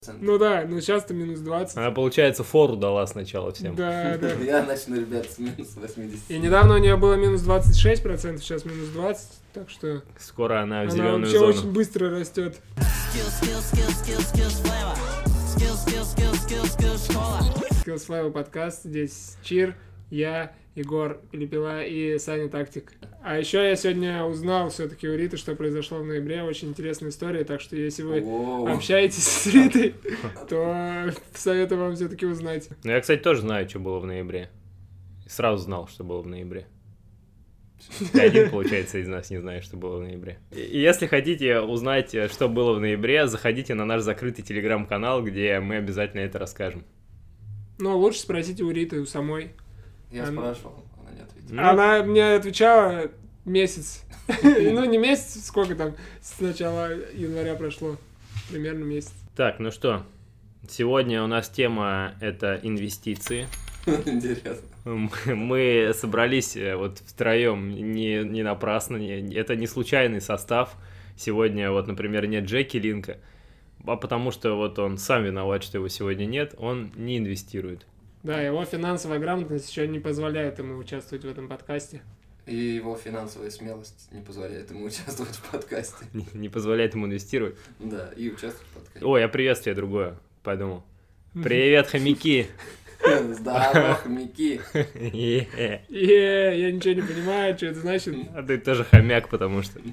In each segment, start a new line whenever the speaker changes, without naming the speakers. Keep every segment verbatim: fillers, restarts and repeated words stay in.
Ну да, но сейчас-то минус двадцать.
Она, получается, фору дала сначала всем.
Да, да.
Я начну, ребят, с минус восемьдесят.
И недавно у нее было минус двадцать шесть процентов, сейчас минус двадцать, так что...
Скоро она в
Она
зеленую
вообще
зону.
очень быстро растет. Skills Flavor подкаст, здесь Чир, я, Егор Пилипила и Саня Тактик. А еще я сегодня узнал все-таки у Риты, что произошло в ноябре. Очень интересная история, так что если вы
Воу.
общаетесь с Ритой, то советую вам все-таки узнать.
Ну, я, кстати, тоже знаю, что было в ноябре. Сразу знал, что было в ноябре. Ты один, получается, из нас не знаешь, что было в ноябре. И если хотите узнать, что было в ноябре, заходите на наш закрытый телеграм-канал, где мы обязательно это расскажем.
Но лучше спросите у Риты, у самой.
Я
Она-
спрашивал, она не ответила.
Ну.
Она мне отвечала месяц. Ну, не месяц, сколько там, с начала января прошло. Примерно месяц.
Так, ну что, сегодня у нас тема — это инвестиции.
Интересно.
Мы собрались э, вот втроем не, не напрасно, не- это не случайный состав. Сегодня вот, например, нет Джеки Линка, а потому что вот он сам виноват, что его сегодня нет, он не инвестирует.
Да, его финансовая грамотность еще не позволяет ему участвовать в этом подкасте.
И его финансовая смелость не позволяет ему участвовать в подкасте.
Не, не позволяет ему инвестировать.
Да, и участвовать в подкасте.
Ой, я приветствие другое подумал. Привет, хомяки!
Здорово, хомяки.
Е.
Е, я ничего не понимаю, что это значит.
А ты тоже хомяк, потому что...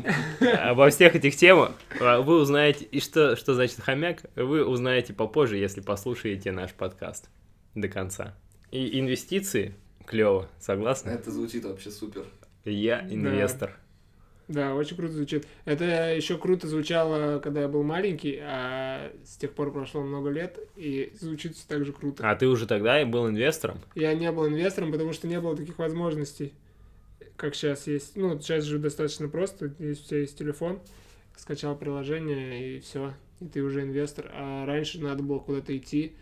Обо всех этих темах а, вы узнаете... И что, что значит хомяк, вы узнаете попозже, если послушаете наш подкаст до конца. И инвестиции клево, согласны?
Это звучит вообще супер.
Я инвестор.
Да, очень круто звучит. Это еще круто звучало, когда я был маленький, а с тех пор прошло много лет, и звучит все так же круто.
А ты уже тогда и был инвестором?
Я не был инвестором, потому что не было таких возможностей, как сейчас есть. Ну, сейчас же достаточно просто. Есть, у тебя есть телефон, скачал приложение, и все. И ты уже инвестор. А раньше надо было куда-то идти.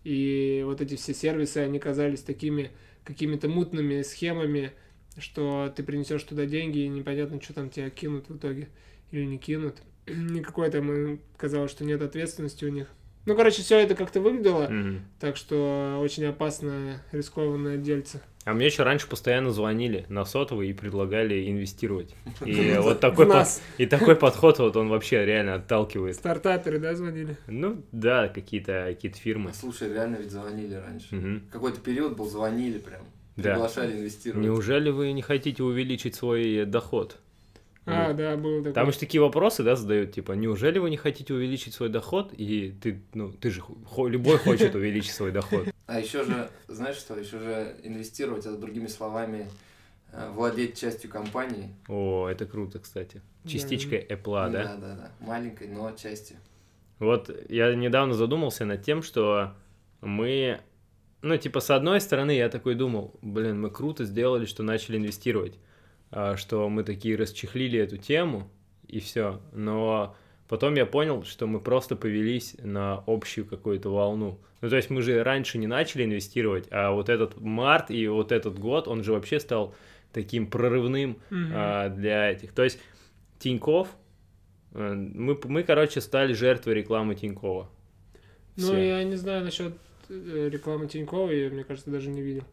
И вот эти все сервисы, они казались такими какими-то мутными схемами, что ты принесешь туда деньги, и непонятно, что там тебя кинут в итоге или не кинут. Никакой там, им казалось, что нет ответственности у них. Ну, короче, все это как-то выглядело,
Мгм.
так что очень опасное, рискованное дельце.
А мне еще раньше постоянно звонили на сотовый и предлагали инвестировать. И вот такой,
В
под-
нас.
и такой подход, вот он вообще реально отталкивает.
Стартаперы, да, звонили?
Ну да, какие-то какие-то фирмы.
Слушай, реально ведь звонили раньше.
Мгм.
Какой-то период был, звонили прям.
Да.
Приглашали инвестировать.
Неужели вы не хотите увеличить свой доход?
А,
Ну,
да, было такое.
Там еще такие вопросы, да, задают, типа, неужели вы не хотите увеличить свой доход? И ты, ну, ты же, хо- любой хочет увеличить свой доход.
А еще же, знаешь что, еще же инвестировать, это другими словами, э, владеть частью компании.
О, это круто, кстати. Частичкой Apple, да?
Да, да, да. Маленькой, но частью.
Вот я недавно задумался над тем, что мы, ну, типа, с одной стороны, я такой думал, блин, мы круто сделали, что начали инвестировать, а, что мы такие расчехлили эту тему, и все. Но потом я понял, что мы просто повелись на общую какую-то волну. Ну, то есть мы же раньше не начали инвестировать, а вот этот март и вот этот год, он же вообще стал таким прорывным
Мгм.
а, для этих. То есть Тинькофф, э, мы, мы, короче, стали жертвой рекламы Тинькова.
Ну,
Все.
я не знаю насчет э, рекламы Тинькова, я, мне кажется, даже не видел.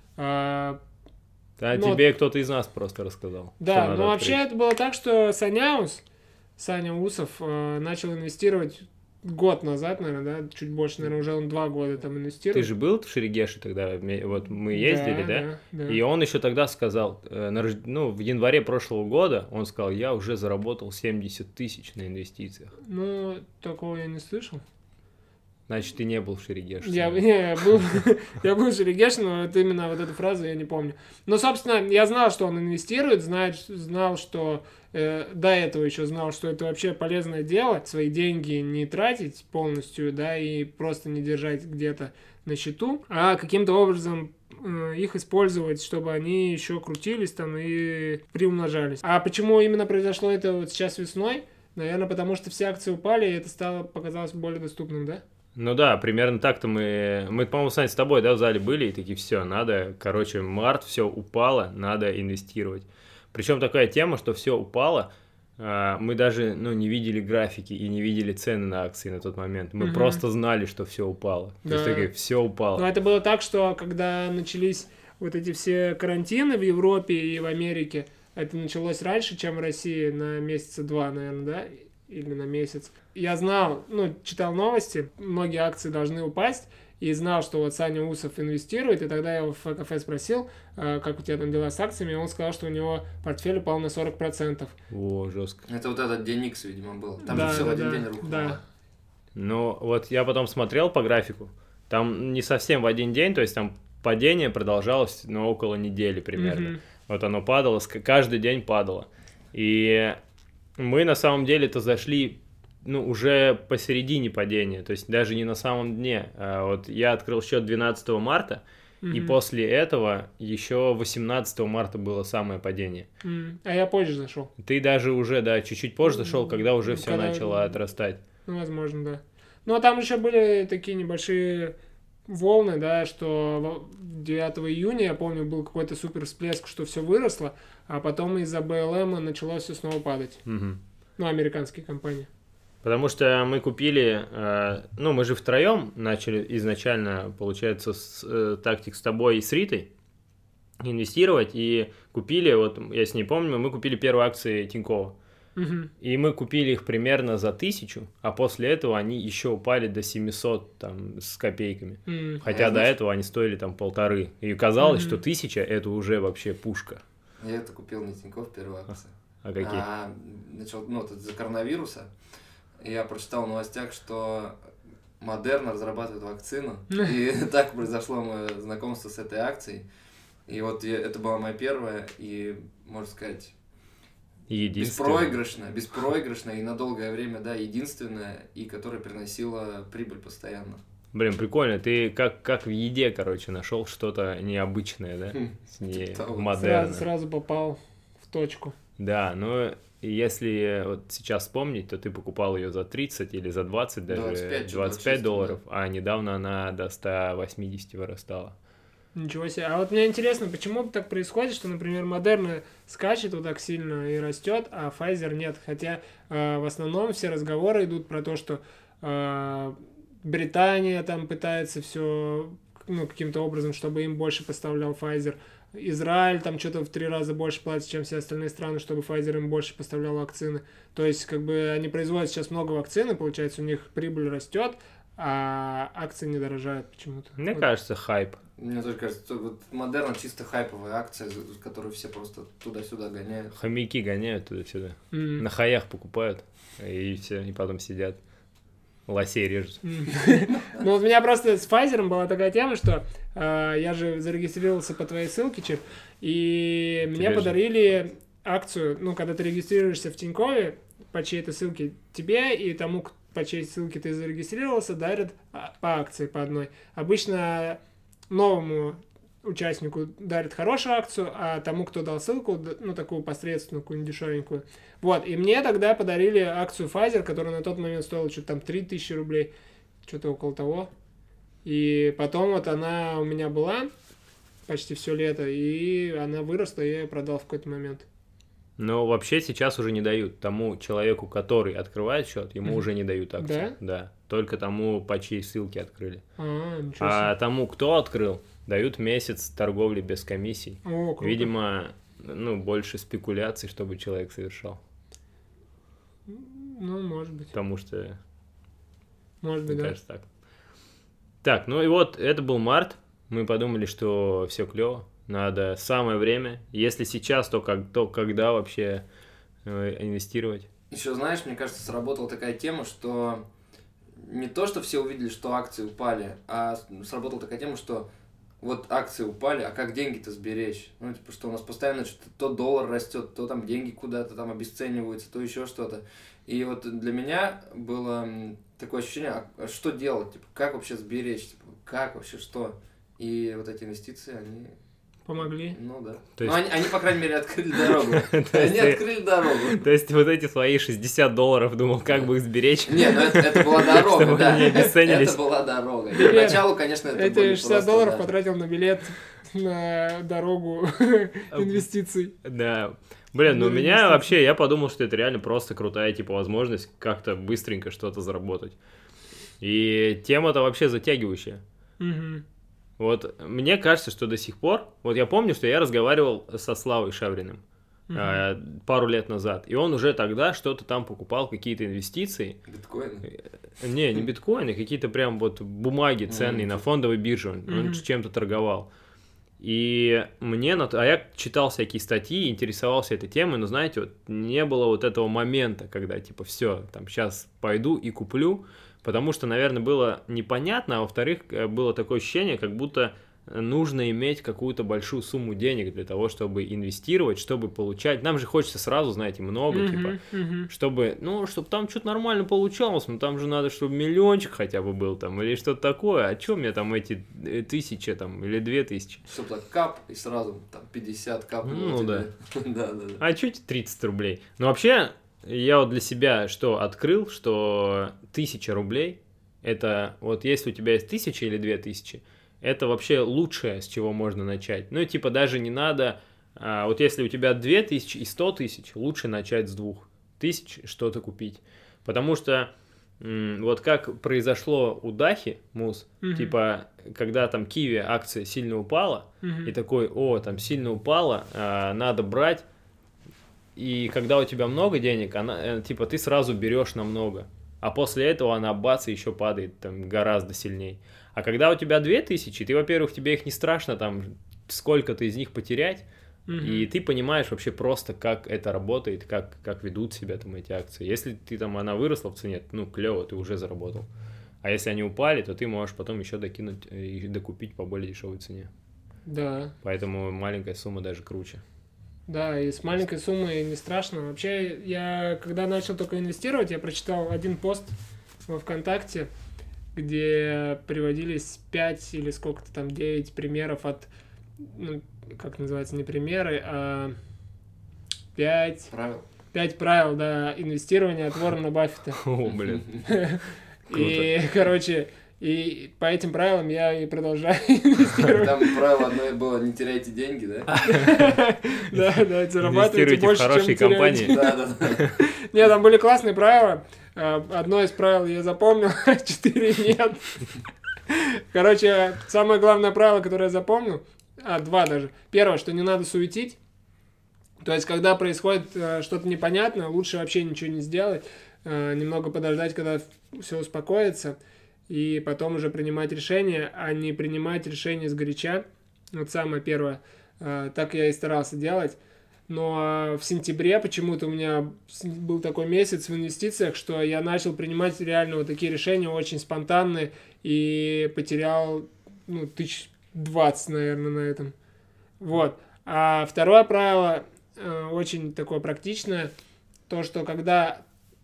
А,
А
ну,
тебе кто-то из нас просто рассказал. что
да,
надо
но вообще
открыть.
это было так, что Саняус, Саня Усов, э, начал инвестировать год назад, наверное, да, чуть больше, наверное, уже он два года там инвестирует.
Ты же был в Шерегеше тогда, ме- вот мы ездили, да?
Да, да.
И он еще тогда сказал, э, на рож- ну, в январе прошлого года, он сказал, я уже заработал семьдесят тысяч на инвестициях.
Ну, такого я не слышал.
Значит, ты не был в Шерегеше.
Я, не, я был, я был в Шерегеше, но вот именно вот эту фразу я не помню. Но, собственно, я знал, что он инвестирует, знает, знал, что э, до этого еще знал, что это вообще полезное дело, свои деньги не тратить полностью, да, и просто не держать где-то на счету, а каким-то образом э, их использовать, чтобы они еще крутились там и приумножались. А почему именно произошло это вот сейчас весной? Наверное, потому что все акции упали, и это стало, показалось более доступным, да?
Ну да, примерно так-то мы... Мы, по-моему, Сань, с тобой, да, в зале были, и такие, все, надо, короче, март, все упало, надо инвестировать. Причем такая тема, что все упало, а, мы даже, ну, не видели графики и не видели цены на акции на тот момент. Мы
Мгм.
просто знали, что все упало. То есть,
Да.
такие, все упало.
Но это было так, что когда начались вот эти все карантины в Европе и в Америке, это началось раньше, чем в России, на месяца два, наверное, да? Или на месяц. Я знал, ну, читал новости, многие акции должны упасть, и знал, что вот Саня Усов инвестирует, и тогда я его в ФКФ спросил, э, как у тебя там дела с акциями, и он сказал, что у него портфель упал на сорок процентов.
О, жестко.
Это вот этот день Икс, видимо, был. Там
Да,
же все в
да,
один
да,
день рухнуло.
да.
Ну, вот я потом смотрел по графику, там не совсем в один день, то есть там падение продолжалось, ну, около недели примерно.
Мгм.
Вот оно падало, ск- каждый день падало. И мы на самом деле-то зашли, ну, уже посередине падения, то есть даже не на самом дне. А вот я открыл счет двенадцатого марта, и
Мгм.
после этого еще восемнадцатого марта было самое падение.
М. А я позже зашел.
Ты даже уже, да, чуть-чуть позже зашел, когда уже
Ну,
все
когда-
начало отрастать.
Ну, возможно, да. Ну, а там еще были такие небольшие волны, да, что во- девятого июня, я помню, был какой-то супер всплеск, что все выросло, а потом из-за бэ эл эм начало все снова падать.
Мгм.
Ну, американские компании.
Потому что мы купили, э, ну, мы же втроем начали изначально, получается, с э, тактик с тобой и с Ритой инвестировать, и купили, вот я с ней помню, мы купили первые акции Тинькова.
Мгм.
И мы купили их примерно за тысячу, а после этого они еще упали до семисот там с копейками.
М.
Хотя
Я,
до
знаешь-
этого они стоили там полторы. И казалось,
Мгм.
что тысяча это уже вообще пушка.
Я это купил не Тинькофф, первую акцию.
А какие?
А, начал, ну, вот из-за коронавируса. Я прочитал в новостях, что Модерна разрабатывает вакцину. И так произошло мое знакомство с этой акцией. И вот я- это была моя первая и, можно сказать,
Единственное.
беспроигрышная, беспроигрышная и на долгое время, да, единственная, и которая приносила прибыль постоянно.
Блин, прикольно. Ты как, как в еде, короче, нашел что-то необычное, да?
Хм,
Не
типа того.
модерно.
Сразу, сразу попал в точку.
Да, но если вот сейчас вспомнить, то ты покупал ее за тридцать или за двадцать даже,
двадцать пять,
двадцать пять
чисто,
долларов, а недавно она до ста восьмидесяти вырастала.
Ничего себе. А вот мне интересно, почему так происходит, что, например, Модерна скачет вот так сильно и растет, а Pfizer нет. Хотя э, в основном все разговоры идут про то, что э, Британия там пытается все, ну, каким-то образом, чтобы им больше поставлял Pfizer. Израиль там что-то в три раза больше платит, чем все остальные страны, чтобы Pfizer им больше поставлял вакцины. То есть, как бы, они производят сейчас много вакцин, и, получается, у них прибыль растет, а акции не дорожают почему-то.
Мне
Вот.
кажется, хайп.
Мне тоже кажется, что вот Модерна чисто хайповая акция, за- за которую все просто туда-сюда гоняют.
Хомяки гоняют туда-сюда.
М.
На хаях покупают, и все, и потом сидят. Лосей режут.
М. Ну, вот у меня просто с Pfizer была такая тема, что э, я же зарегистрировался по твоей ссылке, Чип, и мне
Тебе же.
подарили акцию, ну, когда ты регистрируешься в Тинькове по чьей-то ссылке, тебе и тому, к- по чьей ссылке ты зарегистрировался, дарят а, по акции по одной. Обычно новому участнику дарят хорошую акцию, а тому, кто дал ссылку, д- ну, такую посредственную, какую-нибудь дешевенькую. Вот, и мне тогда подарили акцию Pfizer, которая на тот момент стоила что-то там три тысячи рублей, что-то около того. И потом вот она у меня была почти все лето, и она выросла, и я ее продал в какой-то момент.
Но вообще сейчас уже не дают. Тому человеку, который открывает счет, ему
Мгм.
уже не дают акцию. Да? Только тому, по чьей ссылке открыли.
А, ничего
А
себе.
тому, кто открыл, дают месяц торговли без комиссий.
О, круто.
Видимо, ну, больше спекуляций, чтобы человек совершал.
Ну, может быть.
Потому что,
Может быть,
мне
да.
кажется, так. Так, ну и вот, это был март. Мы подумали, что все клево. Надо самое время. Если сейчас, то, как, то когда вообще э, инвестировать?
Еще, знаешь, мне кажется, сработала такая тема, что не то, что все увидели, что акции упали, а с- сработала такая тема, что вот акции упали, а как деньги-то сберечь? Ну, типа, что у нас постоянно что-то, то доллар растет, то там деньги куда-то там обесцениваются, то еще что-то. И вот для меня было м, такое ощущение, а а что делать? Типа, как вообще сберечь? Типа, как вообще что? И вот эти инвестиции, они,
Помогли.
ну да.
То
Ну,
есть-
они, они, по крайней мере, открыли дорогу.
То есть
Они
ты-
открыли дорогу.
То есть вот эти свои шестьдесят долларов думал, как бы их сберечь?
Не, ну это, это была дорога,
Чтобы
да.
они не
Это,
обесценились.
это была дорога. И
Билет.
поначалу, конечно, это
Эти
были
шестьдесят
просто,
долларов
да.
потратил на билет, на дорогу инвестиций.
Да. Блин, ну у
Ну,
меня
инвестиции.
вообще, я подумал, что это реально просто крутая, типа, возможность как-то быстренько что-то заработать. И тема-то вообще затягивающая.
Мгм.
Вот мне кажется, что до сих пор... Вот я помню, что я разговаривал со Славой Шавриным
Мгм.
э, пару лет назад, и он уже тогда что-то там покупал, какие-то инвестиции.
Биткоины.
Не, не биткоины, какие-то прям вот бумаги ценные на фондовой бирже. Он
Мгм.
чем-то торговал. И мне, на то- а я читал всякие статьи, интересовался этой темой, но, знаете, вот не было вот этого момента, когда, типа, все, там, сейчас пойду и куплю, потому что, наверное, было непонятно, а во-вторых, э, было такое ощущение, как будто нужно иметь какую-то большую сумму денег для того, чтобы инвестировать, чтобы получать. Нам же хочется сразу, знаете, много,
Мгм.
типа,
Мгм.
чтобы, ну, чтобы там что-то нормально получалось, ну, там же надо, чтобы миллиончик хотя бы был там, или что-то такое, а чё мне там эти э, тысячи там, или две тысячи?
Чтоб так кап, и сразу там пятьдесят капнуло
Ну,
тебе. Да, да, да.
А чё тебе тридцать рублей? Ну, вообще, я вот для себя что открыл, что тысяча рублей, это вот если у тебя есть тысяча или две тысячи, это вообще лучшее, с чего можно начать. Ну, типа, даже не надо, а, вот если у тебя две тысячи и сто тысяч, лучше начать с двух тысяч что-то купить. Потому что м, вот как произошло у Дахи, Мус,
Мгм.
типа, когда там Киви акция сильно упала,
Мгм.
и такой, о, там сильно упала, а, надо брать. И когда у тебя много денег, она, э, типа, ты сразу берешь намного. А после этого она, бац, и еще падает там гораздо сильнее. А когда у тебя две тысячи, ты, во-первых, тебе их не страшно там сколько-то из них потерять,
Мгм.
и ты понимаешь вообще просто, как это работает, как, как ведут себя там эти акции. Если ты там, она выросла в цене, ну, клево, ты уже заработал. А если они упали, то ты можешь потом еще докинуть э, и докупить по более дешевой цене.
Да.
Поэтому маленькая сумма даже круче.
Да, и с маленькой суммой не страшно. Вообще, я когда начал только инвестировать, я прочитал один пост во ВКонтакте, где приводились пять или сколько-то там, девять примеров от, ну, как называется, не примеры, а пять,
Правил.
пять правил, да, инвестирования от Уоррена Баффета.
О, блин.
И, короче, и по этим правилам я и продолжаю инвестировать.
Там правило одно было: не теряйте деньги, да?
Да, да, зарабатывайте
Инвестируйте в
больше, чем
хорошие
теряете.
компании.
Да, да, да.
Не, там были классные правила. А, Одно из правил я запомнил, а четыре нет. Короче, самое главное правило, которое я запомнил, а, два даже. Первое, что не надо суетить. То есть, когда происходит э, что-то непонятное, лучше вообще ничего не сделать. э, немного подождать, когда все успокоится, и потом уже принимать решение, а не принимать решение сгоряча. Вот самое первое. Э, так я и старался делать. Но в сентябре почему-то у меня был такой месяц в инвестициях, что я начал принимать реально вот такие решения очень спонтанные и потерял, ну, тысяч двадцать, наверное, на этом. Вот. А второе правило э, очень такое практичное, то, что когда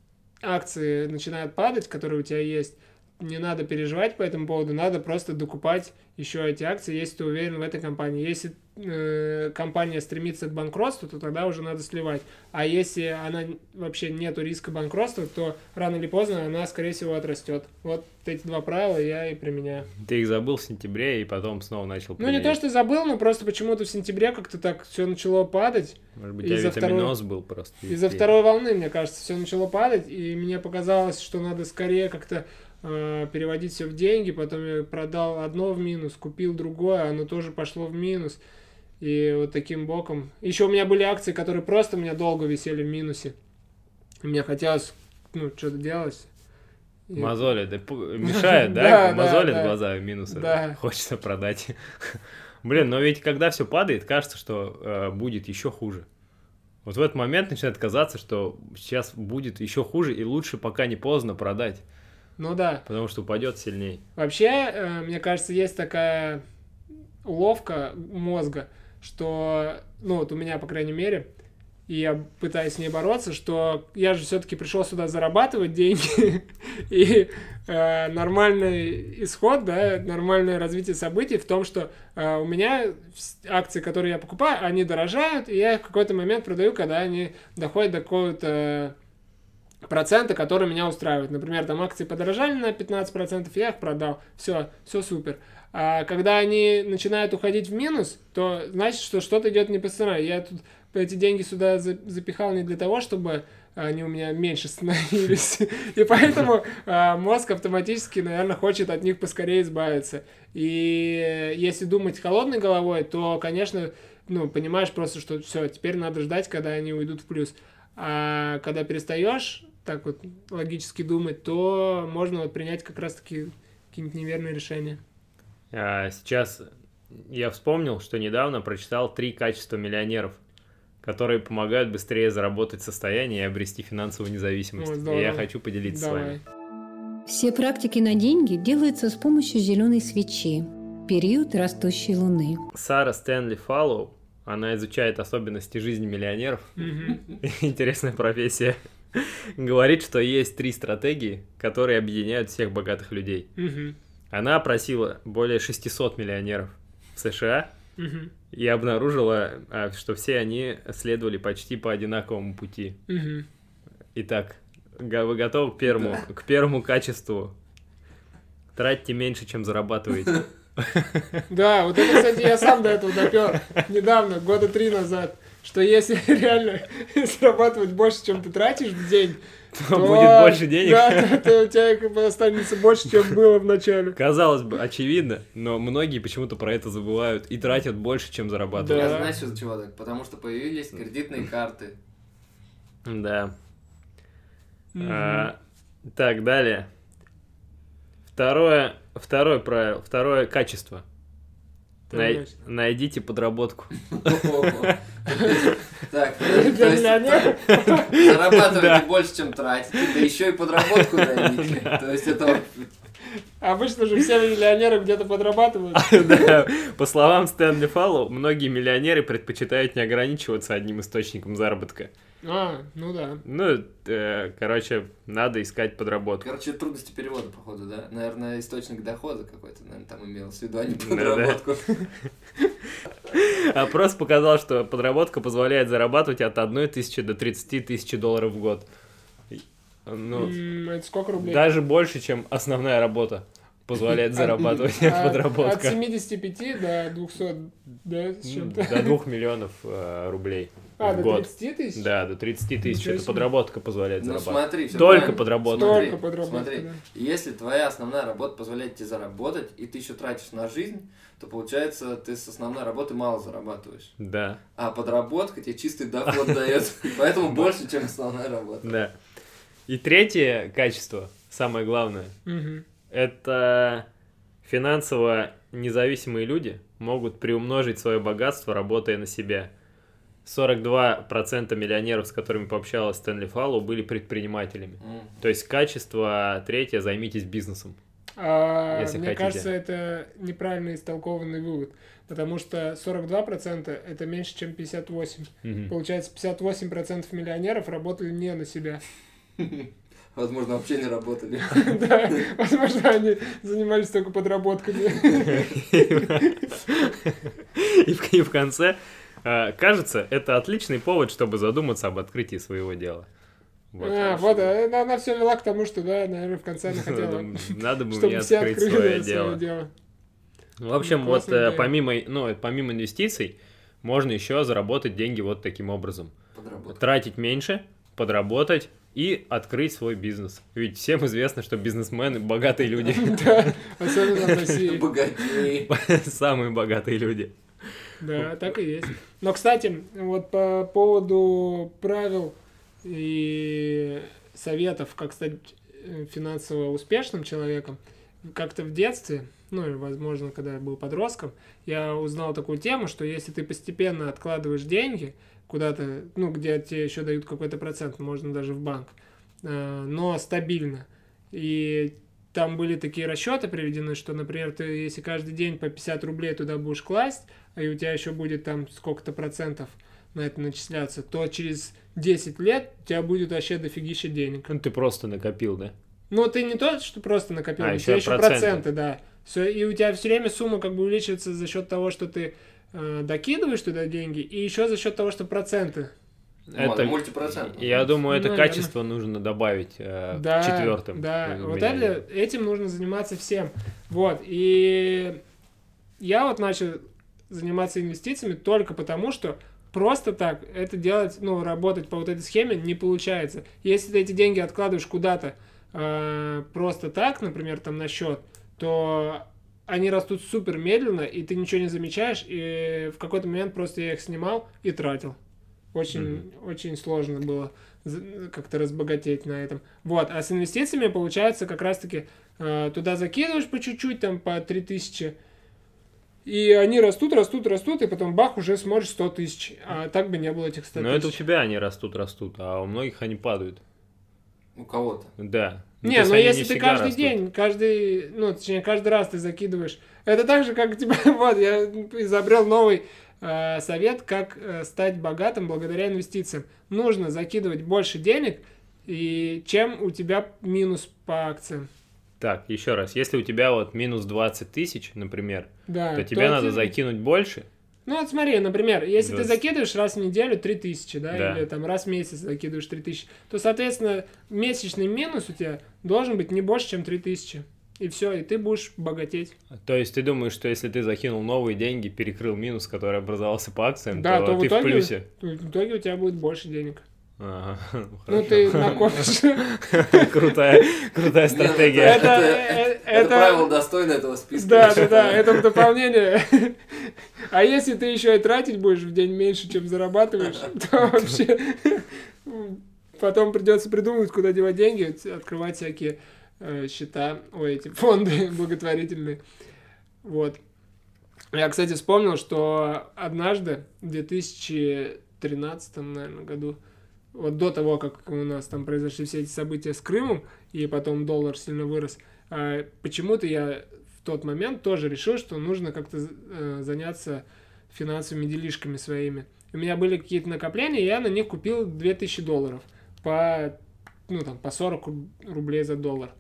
акции начинают падать, которые у тебя есть, не надо переживать по этому поводу, надо просто докупать еще эти акции, если ты уверен в этой компании. Если э, компания стремится к банкротству, то тогда уже надо сливать. А если она вообще нету риска банкротства, то рано или поздно она, скорее всего, отрастет. Вот эти два правила я и применяю.
Ты их забыл в сентябре и потом снова начал
Ну, не то, что забыл, но просто почему-то в сентябре как-то так все начало падать.
Может быть, у тебя
из-за
витаминоз был просто.
Из-за
везде.
второй волны, мне кажется, все начало падать, и мне показалось, что надо скорее как-то э, переводить все в деньги. Потом я продал одно в минус, купил другое, оно тоже пошло в минус. И вот таким боком. Еще у меня были акции, которые просто у меня долго висели в минусе. И мне хотелось, ну, что-то делать. И-
Мозоли, да, пу- мешает,
Да,
да?
да,
Мозолит
да.
глаза в минусы.
Да.
Хочется продать. Блин, но ведь когда все падает, кажется, что э, будет еще хуже. Вот в этот момент начинает казаться, что сейчас будет еще хуже, и лучше пока не поздно продать,
Ну да.
потому что упадет сильнее.
Вообще, э, мне кажется, есть такая уловка мозга, что, ну вот у меня, по крайней мере, и я пытаюсь с ней бороться, что я же все-таки пришел сюда зарабатывать деньги, и э, нормальный исход, да, нормальное развитие событий в том, что э, у меня вс- акции, которые я покупаю, они дорожают, и я их в какой-то момент продаю, когда они доходят до какого-то процента, который меня устраивает. Например, там акции подорожали на пятнадцать процентов, я их продал. Все, все супер. А когда они начинают уходить в минус, то значит, что что-то идет не по сценарию. Я тут эти деньги сюда запихал не для того, чтобы они у меня меньше становились. И поэтому а, мозг автоматически, наверное, хочет от них поскорее избавиться. И если думать холодной головой, то, конечно, ну, понимаешь просто, что все, теперь надо ждать, когда они уйдут в плюс. А когда перестаешь так вот логически думать, то можно вот принять как раз-таки какие-нибудь неверные решения.
А, сейчас я вспомнил, что недавно прочитал три качества миллионеров, которые помогают быстрее заработать состояние и обрести финансовую независимость.
О,
и я хочу поделиться
Давай.
с вами.
Все практики на деньги делаются с помощью зеленой свечи. Период растущей луны.
Сара Стэнли Фаллоу, она изучает особенности жизни миллионеров. Интересная профессия. Говорит, что есть три стратегии, которые объединяют всех богатых людей. Она опросила более шестисот миллионеров в США и обнаружила, что все они следовали почти по одинаковому пути. Итак, вы готовы к первому, к первому качеству? Тратьте меньше, чем зарабатываете.
Да, вот это, кстати, я сам до этого допер недавно, года три назад, что если реально зарабатывать больше, чем ты тратишь в день,
то, то будет больше денег.
Да, то, то у тебя как бы останется больше, чем было в начале.
Казалось бы, очевидно, но многие почему-то про это забывают и тратят больше, чем зарабатывают.
Да. Я знаю, из-за чего так? Потому что появились кредитные карты.
Да. Mm-hmm. А, так, далее. Второе, второе правило, второе качество. Най- найдите подработку.
Так, зарабатывайте больше, чем тратите, да еще и подработку найдите. То есть это...
Обычно же все миллионеры где-то подрабатывают.
Да. По словам Стэнли Фаллоу, многие миллионеры предпочитают не ограничиваться одним источником заработка.
А, ну да.
Ну, э, короче, надо искать подработку.
Короче, трудности перевода, походу, да? Наверное, источник дохода какой-то, наверное, там имел в виду, а не подработку.
Опрос показал, что подработка позволяет зарабатывать от одной тысячи до тридцати тысяч долларов в год.
Ну, это сколько рублей?
Даже больше, чем основная работа позволяет зарабатывать подработка.
От семидесяти пяти до двухсот, да, с чем-то?
До двух миллионов э, рублей
а,
в
до
год.
тридцати тысяч?
Да, до тридцати тысяч. Это подработка позволяет
ну,
зарабатывать.
Смотри,
Только
правильно.
подработка.
Смотри,
Только подработка,
смотри.
Да.
Если твоя основная работа позволяет тебе заработать, и ты еще тратишь на жизнь, то получается, ты с основной работы мало зарабатываешь.
Да.
А подработка тебе чистый доход дает. Поэтому больше, чем основная работа.
Да. И третье качество, самое главное, это финансово независимые люди могут приумножить свое богатство, работая на себя. сорок два процента миллионеров, с которыми пообщалась Стэнли Фаллоу, были предпринимателями. Mm. То есть качество третье – займитесь бизнесом.
А,
если
мне
хотите.
кажется, это неправильно истолкованный вывод, потому что сорок два процента это меньше, чем пятьдесят восемь процентов. Mm-hmm. Получается, пятьдесят восемь процентов миллионеров работали не на себя.
Возможно, вообще не работали.
Да, возможно, они занимались только подработками.
И в конце, кажется, это отличный повод, чтобы задуматься об открытии своего дела.
Вот, а, вот, она, она все вела к тому, что, да, наверное, в конце она хотела,
надо бы мне открыть свое дело. дело. В общем, вот идея. помимо, ну, помимо инвестиций, можно еще заработать деньги вот таким образом. Подработать. Тратить меньше, подработать и открыть свой бизнес. Ведь всем известно, что бизнесмены – богатые люди.
Да, особенно в России.
Богатые.
Самые богатые люди.
Да, так и есть. Но, кстати, вот по поводу правил и советов, как стать финансово успешным человеком, как-то в детстве, ну или, возможно, когда я был подростком, я узнал такую тему, что если ты постепенно откладываешь деньги куда-то, ну, где тебе еще дают какой-то процент, можно даже в банк, но стабильно, и там были такие расчеты приведены, что, например, ты, если каждый день по пятьдесят рублей туда будешь класть, и у тебя еще будет там сколько-то процентов на это начисляться, то через десять лет у тебя будет вообще дофигища денег.
Ну, ты просто накопил, да?
Ну, ты не то, что просто накопил,
а,
у
еще
тебя еще
проценты.
проценты, да. Все, и у тебя все время сумма как бы увеличивается за счет того, что ты э, докидываешь туда деньги, и еще за счет того, что проценты.
Это
мультипроцент.
Я думаю, это
ну,
качество наверное. нужно добавить э,
да,
четвертым.
Да, вот это, этим нужно заниматься всем. Вот, и я вот начал заниматься инвестициями только потому, что просто так это делать, ну, работать по вот этой схеме не получается. Если ты эти деньги откладываешь куда-то э, просто так, например, там на счет, то они растут супер медленно, и ты ничего не замечаешь, и в какой-то момент просто я их снимал и тратил. Очень, mm-hmm. очень сложно было как-то разбогатеть на этом. Вот, а с инвестициями получается как раз-таки э, туда закидываешь по чуть-чуть, там по три тысячи, и они растут, растут, растут, и потом бах, уже смотришь сто тысяч. А так бы не было этих ста тысяч.
Но это у тебя они растут, растут, а у многих они падают.
У кого-то.
Да.
Ну, не, ну если не ты каждый растут. день, каждый, ну, точнее, каждый раз ты закидываешь. Это так же, как, типа, вот, я изобрел новый э, совет, как э, стать богатым благодаря инвестициям. Нужно закидывать больше денег, и чем у тебя минус по акциям.
Так, еще раз, если у тебя вот минус двадцать тысяч, например,
да,
то тебе то надо ты... закинуть больше.
Ну вот смотри, например, если
двадцать.
Ты закидываешь раз в неделю три тысячи, да,
да,
или там раз в месяц закидываешь три тысячи, то, соответственно, месячный минус у тебя должен быть не больше, чем три тысячи. И все, и ты будешь богатеть.
То есть ты думаешь, что если ты закинул новые деньги, перекрыл минус, который образовался по акциям,
да,
то,
то
ты
в, итоге,
в плюсе?
В итоге у тебя будет больше денег.
Ага,
ну, ты накопишь.
Крутая, крутая стратегия.
Это, это, это правило достойно этого списка.
Да, да, да, это в дополнение. А если ты еще и тратить будешь в день меньше, чем зарабатываешь, то вообще потом придется придумывать, куда девать деньги, открывать всякие счета, ой, эти фонды благотворительные. Вот. Я, кстати, вспомнил, что однажды в две тысячи тринадцатом, наверное, году, вот до того, как у нас там произошли все эти события с Крымом, и потом доллар сильно вырос, почему-то я в тот момент тоже решил, что нужно как-то заняться финансовыми делишками своими. У меня были какие-то накопления, и я на них купил две тысячи долларов по, ну, там, по сорок рублей за доллар.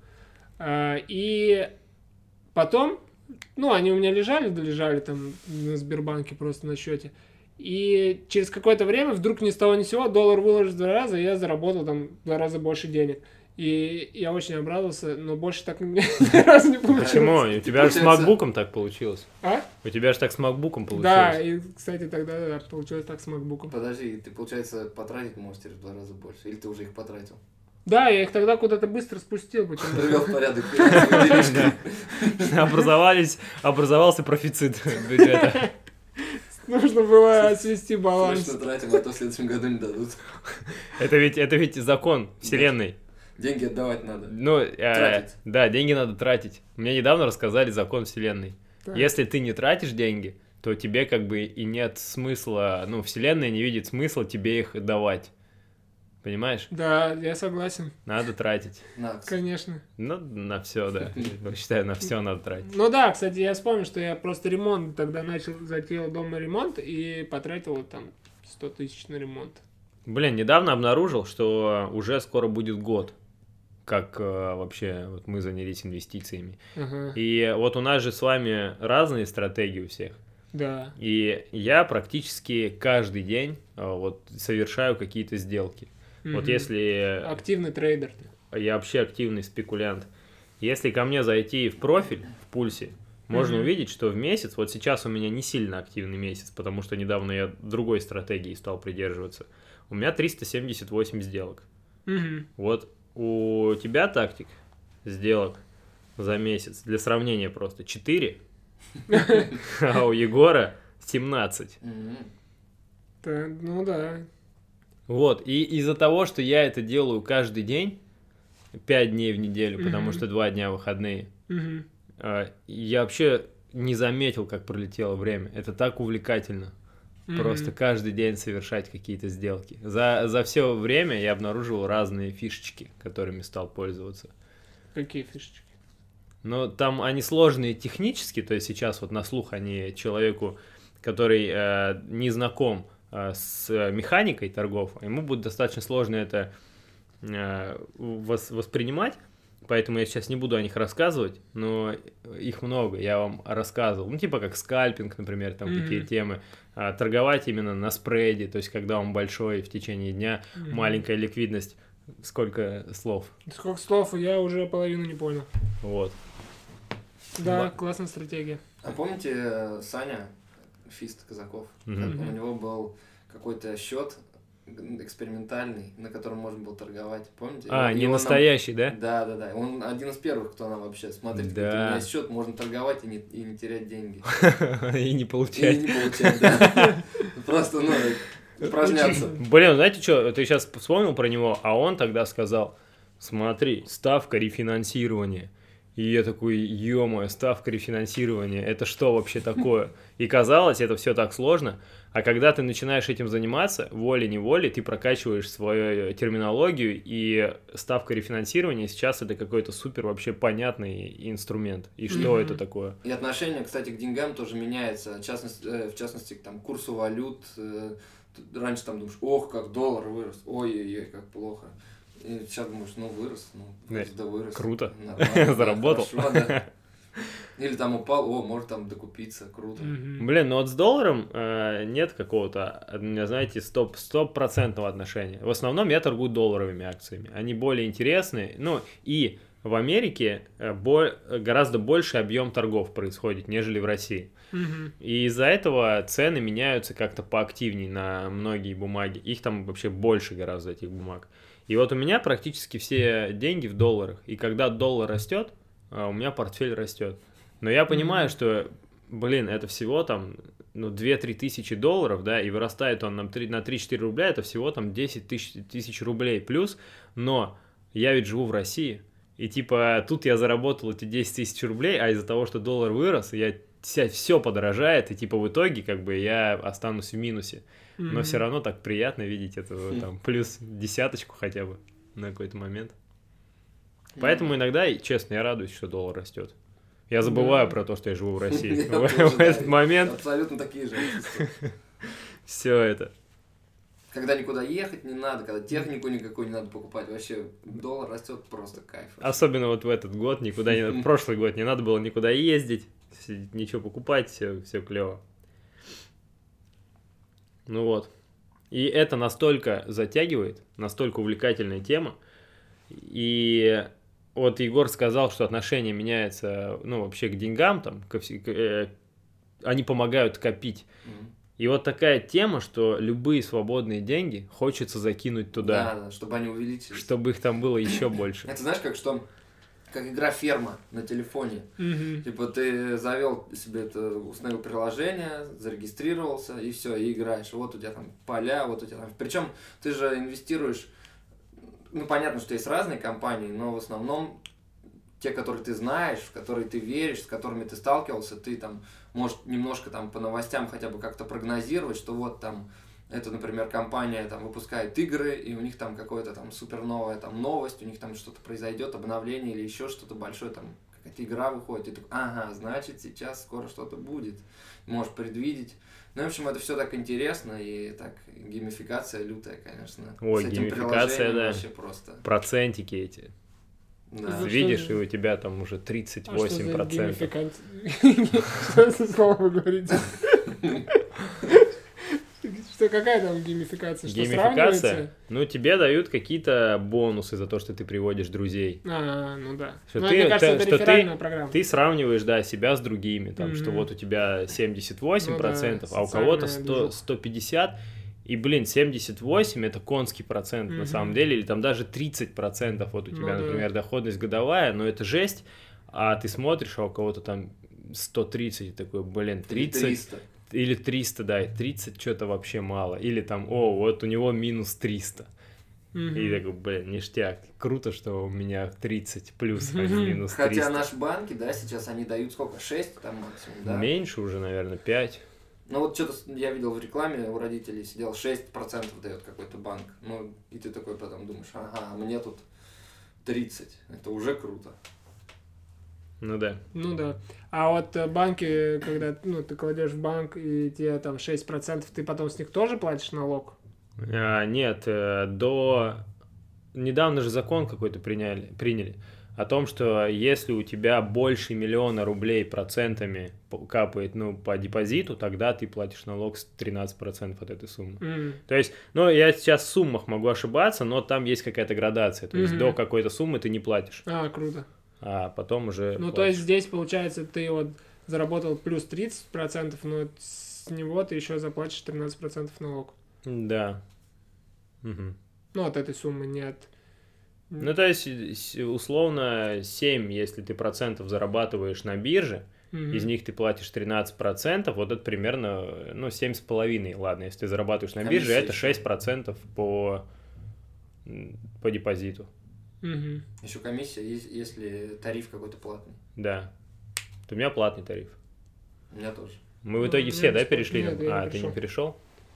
И потом, ну, они у меня лежали, долежали там на Сбербанке просто на счете. И через какое-то время вдруг ни с того ни с сего доллар выложил в два раза, и я заработал там в два раза больше денег. И я очень обрадовался, но больше так ни разу не получилось.
Почему? У тебя же с макбуком так получилось.
А?
У тебя же так с макбуком получилось.
Да, и, кстати, тогда да, получилось так с макбуком.
Подожди, ты, получается, потратить можешь теперь в два раза больше? Или ты уже их потратил?
Да, я их тогда куда-то быстро спустил.
Привел в порядок.
Образовались, образовался профицит бюджета.
Нужно было свести баланс.
Срочно тратим, а то в следующем году не дадут.
Это ведь, это ведь закон вселенной.
Деньги отдавать надо.
Ну, э, да, деньги надо тратить. Мне недавно рассказали закон вселенной. Да. Если ты не тратишь деньги, то тебе как бы и нет смысла, ну, вселенная не видит смысла тебе их давать. Понимаешь?
Да, я согласен.
Надо тратить.
На
Конечно.
Ну, на все, да. Я считаю, на все надо тратить.
Ну да, кстати, я вспомнил, что я просто ремонт тогда начал, затеял дома ремонт и потратил там сто тысяч на ремонт.
Блин, недавно обнаружил, что уже скоро будет год, как э, вообще вот мы занялись инвестициями.
Ага.
И вот у нас же с вами разные стратегии у всех.
Да.
И я практически каждый день э, вот совершаю какие-то сделки. Mm-hmm. Вот если...
Активный трейдер.
Я вообще активный спекулянт. Если ко мне зайти в профиль, в пульсе, можно mm-hmm. увидеть, что в месяц, вот сейчас у меня не сильно активный месяц, потому что недавно я другой стратегии стал придерживаться, у меня триста семьдесят восемь сделок.
Mm-hmm.
Вот у тебя тактик сделок за месяц, для сравнения просто, четыре, а у Егора семнадцать.
Ну да.
Вот, и из-за того, что я это делаю каждый день, пять дней в неделю, потому что два дня выходные, я вообще не заметил, как пролетело время. Это так увлекательно. Просто каждый день совершать какие-то сделки. За, за все время я обнаружил разные фишечки, которыми стал пользоваться.
Какие фишечки?
Ну, там они сложные технически, то есть сейчас вот на слух они человеку, который э, не знаком э, с механикой торгов, ему будет достаточно сложно это э, вос, воспринимать, поэтому я сейчас не буду о них рассказывать, но их много, я вам рассказывал. Ну, типа как скальпинг, например, там mm-hmm. какие темы. А, торговать именно на спреде, то есть когда он большой в течение дня, mm-hmm. маленькая ликвидность. Сколько слов?
Сколько слов? Я уже половину не понял.
Вот.
Да,
Ба-
классная стратегия.
А помните Саня, Фист Казаков? Mm-hmm. У него был какой-то счет экспериментальный, на котором можно было торговать, помните?
А,
И
не
он
настоящий,
нам...
да?
Да, да, да. Он один из первых, кто нам вообще, смотрите,
Да.
у меня есть счет, можно торговать и не, и не терять деньги.
И не
И
получать.
не получать, да. Просто, ну, упражняться.
Блин, знаете что, ты сейчас вспомнил про него, а он тогда сказал, смотри, ставка рефинансирования. И я такой, ё-моё, ставка рефинансирования, это что вообще такое? И казалось, это все так сложно, а когда ты начинаешь этим заниматься, волей-неволей, ты прокачиваешь свою терминологию, и ставка рефинансирования сейчас это какой-то супер вообще понятный инструмент. И что
Мгм.
это такое?
И отношение, кстати, к деньгам тоже меняется, в частности, э, в частности к там, курсу валют. э, т- Раньше там думаешь, ох, как доллар вырос, ой-ой-ой, как плохо. И сейчас думаешь, ну вырос, ну вырос, да вырос.
Круто.
Нормально, да,
Заработал.
хорошо, да. Или там упал, о, может там докупиться, круто.
Мгм.
Блин, ну вот с долларом э, нет какого-то, э, знаете, стоп, стопроцентного отношения. В основном я торгую долларовыми акциями. Они более интересные. Ну, и в Америке э, бо- гораздо больше объем торгов происходит, нежели в России.
Мгм.
И из-за этого цены меняются как-то поактивнее на многие бумаги. Их там вообще больше гораздо, этих бумаг. И вот у меня практически все деньги в долларах. И когда доллар растет, а, у меня портфель растет. Но я понимаю,
Мгм.
что, блин, это всего там ну, две-три тысячи долларов, да, и вырастает он нам три- на три-четыре рубля, это всего там десять тысяч, тысяч рублей плюс. Но я ведь живу в России. И типа тут я заработал эти десять тысяч рублей, а из-за того, что доллар вырос, я все подорожает, и типа в итоге как бы я останусь в минусе. Но
Мгм.
все равно так приятно видеть это
Хм.
там плюс десяточку хотя бы на какой-то момент. Поэтому иногда, и, честно, я радуюсь, что доллар растет. Я забываю
Да.
про то, что я живу в России.
Я
В
тоже,
в
да,
этот момент
Абсолютно такие же чувства.
все это.
Когда никуда ехать не надо, когда технику никакую не надо покупать, вообще доллар растет просто кайф.
Особенно вот в этот год никуда не в прошлый год не надо было никуда ездить, си- ничего покупать, все, все клево. Ну вот. И это настолько затягивает, настолько увлекательная тема. И вот Егор сказал, что отношение меняется, ну, вообще к деньгам, там, ко все- к, э, они помогают копить.
Мгм.
И вот такая тема, что любые свободные деньги хочется закинуть туда,
Да, да, чтобы они увеличились.
чтобы их там было еще больше.
Это знаешь, как что, как игра ферма на телефоне.
Мгм.
Типа ты завел себе это, установил приложение, зарегистрировался и все, и играешь. Вот у тебя там поля, вот у тебя там. Причем ты же инвестируешь. Ну понятно, что есть разные компании, но в основном те, которые ты знаешь, в которые ты веришь, с которыми ты сталкивался, ты там можешь немножко там по новостям хотя бы как-то прогнозировать, что вот там это, например, компания там выпускает игры, и у них там какая-то там супер новая там новость, у них там что-то произойдет, обновление или еще что-то большое, там какая-то игра выходит, и ты такой, ага, значит сейчас скоро что-то будет, можешь предвидеть. Ну, в общем, это все так интересно, и так геймификация лютая, конечно.
Ой,
С этим
геймификация,
приложением
да.
вообще просто.
Процентики эти.
Да.
За
Видишь,
что-
и у тебя там уже тридцать восемь процентов.
А что за геймификация? Что за слово вы говорите? Что, какая там геймификация? Что
Геймификация?
сравнивается?
Ну, тебе дают какие-то бонусы за то, что ты приводишь друзей.
А, ну да.
Что
Ну,
ты-
мне кажется,
ты-
это
что ты-
реферальная программа.
Ты сравниваешь, да, себя с другими, там, что
Мгм.
вот у тебя семьдесят восемь процентов,
Ну да,
а у кого-то
социальная
сто,
движуха.
сто пятьдесят. И, блин, семьдесят восемь это конский процент на
Мгм.
самом деле, или там даже тридцать процентов вот у
Ну
тебя,
да.
например, доходность годовая, но это жесть, а ты смотришь, а у кого-то там сто тридцать, и такой, блин,
Или
тридцать,
триста.
или триста, да, и тридцать что-то вообще мало, или там, о, вот у него минус триста.
Мгм.
И такой, блин, ништяк, круто, что у меня тридцать плюс, а не
Мгм.
минус
Хотя
триста.
наши банки, да, сейчас они дают сколько? шесть там максимум, да?
Меньше уже, наверное, пять.
Ну вот что-то я видел в рекламе, у родителей сидел шесть процентов дает какой-то банк. Ну, и ты такой потом думаешь, ага, а мне тут тридцать. Это уже круто.
Ну да.
Ну да. А вот э, банки, когда ну, ты кладешь в банк, и тебе там шесть процентов, ты потом с них тоже платишь налог?
А, нет, э, до... Недавно же закон какой-то приняли, приняли о том, что если у тебя больше миллиона рублей процентами по- капает, ну, по депозиту, тогда ты платишь налог с тринадцать процентов от этой суммы.
М.
То есть, ну, я сейчас в суммах могу ошибаться, но там есть какая-то градация. То есть
Мгм.
до какой-то суммы ты не платишь,
А, круто.
а потом уже
Ну, то
платишь.
есть здесь, получается, ты вот заработал плюс тридцать процентов, но с него ты еще заплатишь тринадцать процентов налог.
Да. Угу.
Ну, от этой суммы нет.
Ну, то есть, условно, семь, если ты процентов зарабатываешь на бирже, mm-hmm. из них ты платишь тринадцать процентов, вот это примерно, ну, семь с половиной, ладно, если ты зарабатываешь на бирже, это шесть процентов по, по депозиту.
Mm-hmm.
Еще комиссия, если тариф какой-то платный.
Да. У меня платный тариф.
У меня тоже.
Мы в итоге ну, все, да, перешли?
Нет,
а,
не
ты не перешел?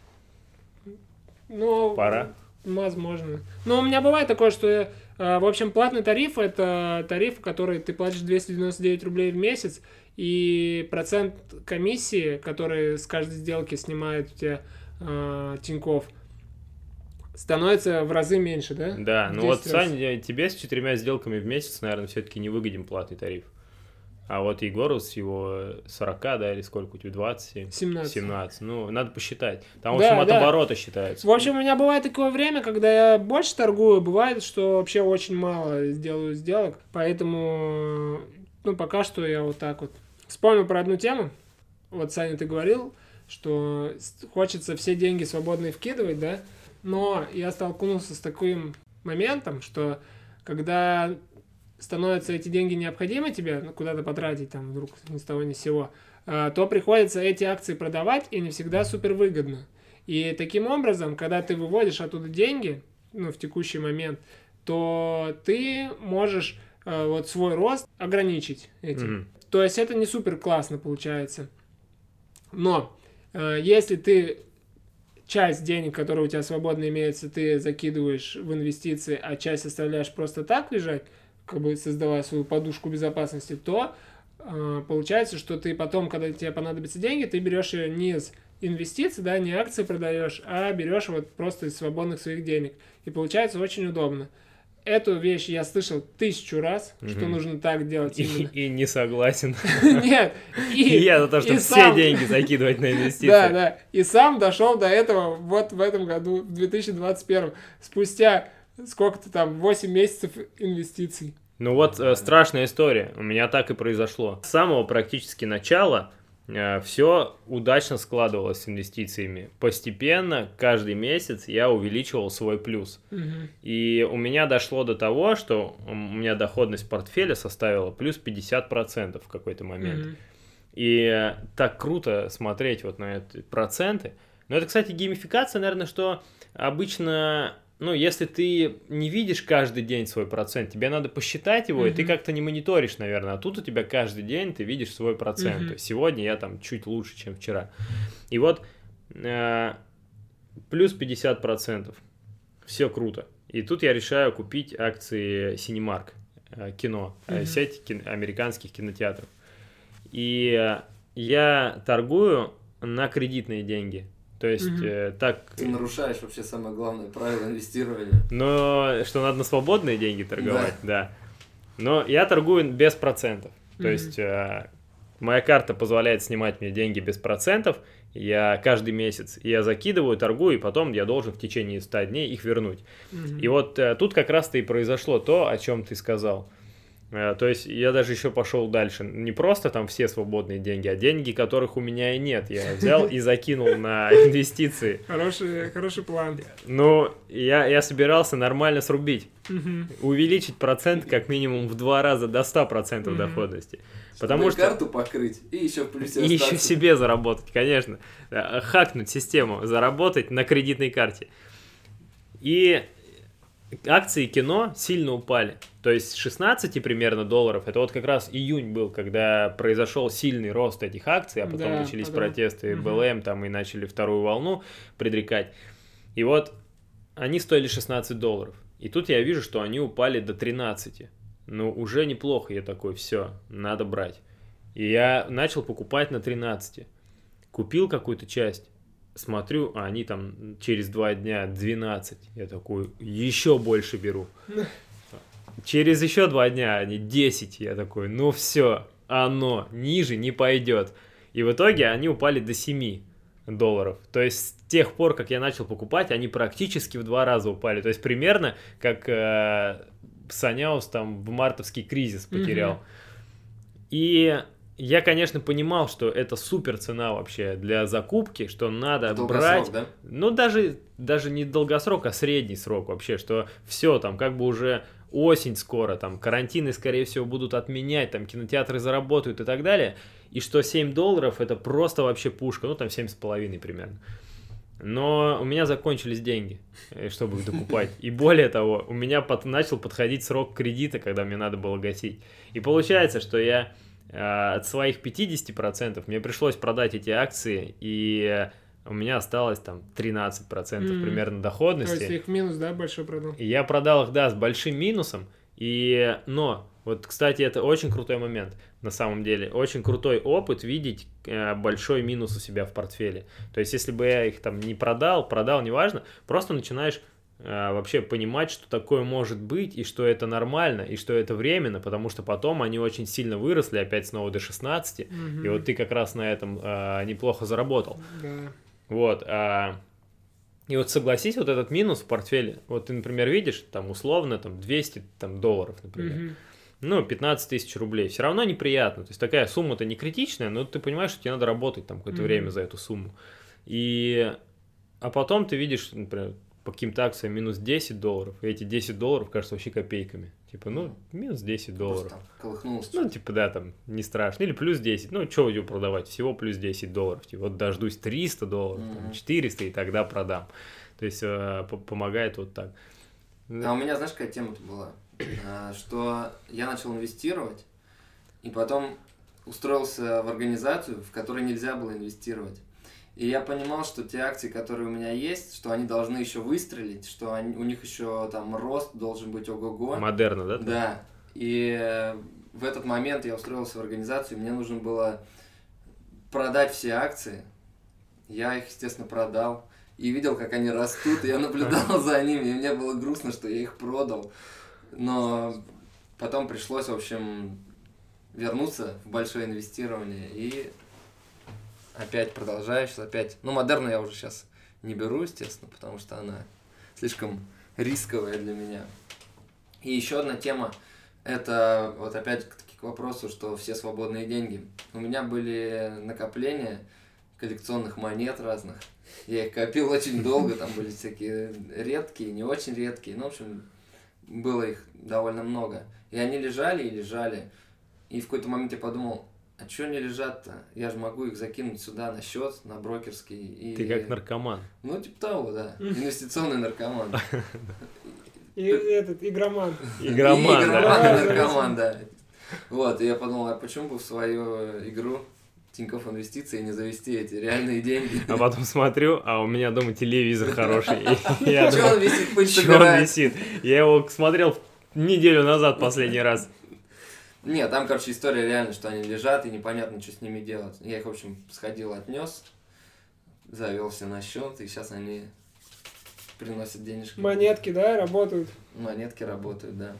Ну,
пора.
Возможно. Но у меня бывает такое, что, э, в общем, платный тариф — это тариф, который ты платишь двести девяносто девять рублей в месяц, и процент комиссии, который с каждой сделки снимает у тебя э, Тинькофф, становится в разы меньше, да?
Да, ну вот, Сань, тебе с четырьмя сделками в месяц, наверное, все-таки не выгоден платный тариф. А вот Егору с его сорока, да, или сколько у тебя, двадцать?
семнадцать.
семнадцать. Ну, надо посчитать. Там, в
да,
общем, от
да.
оборота считается.
В общем, у меня бывает такое время, когда я больше торгую, бывает, что вообще очень мало сделаю сделок. Поэтому, ну, пока что я вот так вот. Вспомнил про одну тему. Вот, Саня, ты говорил, что хочется все деньги свободные вкидывать, да? Но я столкнулся с таким моментом, что когда становятся эти деньги необходимы тебе, ну, куда-то потратить там вдруг ни с того ни с сего, то приходится эти акции продавать, и не всегда супер выгодно. И таким образом, когда ты выводишь оттуда деньги, ну, в текущий момент, то ты можешь э, вот свой рост ограничить этим. Mm-hmm. То есть это не супер классно получается. Но э, если ты часть денег, которые у тебя свободно имеются, ты закидываешь в инвестиции, а часть оставляешь просто так лежать, как бы создавая свою подушку безопасности, то э, получается, что ты потом, когда тебе понадобятся деньги, ты берешь ее не из инвестиций, да, не акции продаешь, а берешь вот просто из свободных своих денег. И получается очень удобно. Эту вещь я слышал тысячу раз, mm-hmm. что нужно так делать именно.
И, и не согласен.
Нет.
И я за то, чтобы все деньги закидывать на инвестиции.
Да, да. И сам дошел до этого вот в этом году, в две тысячи двадцать первом. Спустя сколько-то там, восемь месяцев инвестиций.
Ну вот э, страшная история. У меня так и произошло. С самого практически начала э, все удачно складывалось с инвестициями. Постепенно, каждый месяц я увеличивал свой плюс.
Угу.
И у меня дошло до того, что у меня доходность портфеля составила плюс пятьдесят процентов в какой-то момент. Угу. И э, так круто смотреть вот на эти проценты. Но это, кстати, геймификация, наверное, что обычно... Ну, если ты не видишь каждый день свой процент, тебе надо посчитать его, mm-hmm. и ты как-то не мониторишь, наверное. А тут у тебя каждый день ты видишь свой процент. Mm-hmm. Сегодня я там чуть лучше, чем вчера. И вот э, плюс пятьдесят процентов. Все круто. И тут я решаю купить акции Cinemark, э, кино, mm-hmm. сеть кино, американских кинотеатров. И э, я торгую на кредитные деньги. То есть, mm-hmm. э, так...
Ты нарушаешь вообще самое главное правило инвестирования.
Но что надо на свободные деньги торговать, да. да. Но я торгую без процентов. Mm-hmm. То есть, э, моя карта позволяет снимать мне деньги без процентов. Я каждый месяц я закидываю, торгую, и потом я должен в течение ста дней их вернуть. Mm-hmm. И вот э, тут как раз-то и произошло то, о чем ты сказал. То есть я даже еще пошел дальше. Не просто там все свободные деньги, а деньги, которых у меня и нет. Я взял и закинул на инвестиции.
Хороший, хороший план.
Ну, я, я собирался нормально срубить.
Угу.
Увеличить процент как минимум в два раза до ста процентов угу. доходности. Потому что...
карту покрыть и еще в плюсе
И
остаться.
еще себе заработать, конечно. Хакнуть систему, заработать на кредитной карте. И... акции кино сильно упали. То есть с шестнадцати примерно долларов, это вот как раз июнь был, когда произошел сильный рост этих акций, а потом да, начались потом... протесты угу. БЛМ, там и начали вторую волну предрекать. И вот они стоили шестнадцать долларов. И тут я вижу, что они упали до тринадцати. Ну, уже неплохо. Я такой, все, надо брать. И я начал покупать на тринадцати. Купил какую-то часть. Смотрю, а они там через два дня двенадцать. Я такой, еще больше беру. Через еще два дня они десять. Я такой, ну все, оно ниже не пойдет. И в итоге они упали до семи долларов. То есть с тех пор, как я начал покупать, они практически в два раза упали. То есть примерно как э, Саняус там в мартовский кризис потерял. Mm-hmm. И я, конечно, понимал, что это супер цена вообще для закупки, что надо
Долгосрок,
брать...
да?
Ну, даже, даже не долгосрок, а средний срок вообще, что все, там, как бы уже осень скоро, там, карантины, скорее всего, будут отменять, там, кинотеатры заработают и так далее, и что семь долларов это просто вообще пушка, ну, там, семь с половиной примерно. Но у меня закончились деньги, чтобы их докупать. И более того, у меня под, начал подходить срок кредита, когда мне надо было гасить. И получается, что я э, от своих пятьдесят процентов мне пришлось продать эти акции, и у меня осталось там тринадцать процентов mm-hmm. примерно доходности.
То есть их минус, да, большой продал?
И я продал их, да, с большим минусом. И, но, вот, кстати, это очень крутой момент, на самом деле. Очень крутой опыт видеть э, большой минус у себя в портфеле. То есть, если бы я их там не продал, продал, неважно, просто начинаешь э, вообще понимать, что такое может быть, и что это нормально, и что это временно, потому что потом они очень сильно выросли, опять снова до шестнадцати, mm-hmm. и вот ты как раз на этом э, неплохо заработал.
Да.
Вот, а... И вот согласись, вот этот минус в портфеле, вот ты, например, видишь, там, условно, там, двести там, долларов, например, mm-hmm. ну, пятнадцать тысяч рублей, все равно неприятно, то есть такая сумма-то не критичная, но ты понимаешь, что тебе надо работать там какое-то mm-hmm. время за эту сумму, и, а потом ты видишь, например, по каким-то акциям минус десять долларов, и эти десять долларов кажутся вообще копейками, типа, ну, минус десять долларов.
Просто там колыхнулся.
Ну, типа, да, там, не страшно. Или плюс десять. Ну, что ее продавать? Всего плюс десять долларов. Типа, вот дождусь триста долларов, mm-hmm. там, четыреста, и тогда продам. То есть, э, помогает вот так.
А у меня, знаешь, какая тема-то была? А, что я начал инвестировать, и потом устроился в организацию, в которой нельзя было инвестировать. И я понимал, что те акции, которые у меня есть, что они должны еще выстрелить, что они, у них еще там рост должен быть ого-го.
Модерна, да?
Да. И в этот момент я устроился в организацию, и мне нужно было продать все акции. Я их, естественно, продал. И видел, как они растут, и я наблюдал за ними, и мне было грустно, что я их продал. Но потом пришлось, в общем, вернуться в большое инвестирование, и опять продолжаешь, опять... Ну, модерну я уже сейчас не беру, естественно, потому что она слишком рисковая для меня. И еще одна тема, это вот опять-таки к вопросу, что все свободные деньги. У меня были накопления коллекционных монет разных. Я их копил очень долго, там были всякие редкие, не очень редкие. Ну, в общем, было их довольно много. И они лежали и лежали. И в какой-то момент я подумал, а что они лежат-то? Я же могу их закинуть сюда на счет, на брокерский. И...
Ты как наркоман.
Ну, типа того, да. Инвестиционный наркоман.
И этот, игроман.
Игроман,
да. Наркоман, да. Вот, и я подумал, а почему бы в свою игру Тинькофф Инвестиции не завести эти реальные деньги?
А потом смотрю, а у меня дома телевизор хороший.
Чё он висит, пыль
собирает? Чё он висит? Я его смотрел неделю назад последний раз.
Нет, там, короче, история реально, что они лежат, и непонятно, что с ними делать. Я их, в общем, сходил, отнес, завелся на счет, и сейчас они приносят денежки.
Монетки, да, работают?
Монетки работают, да.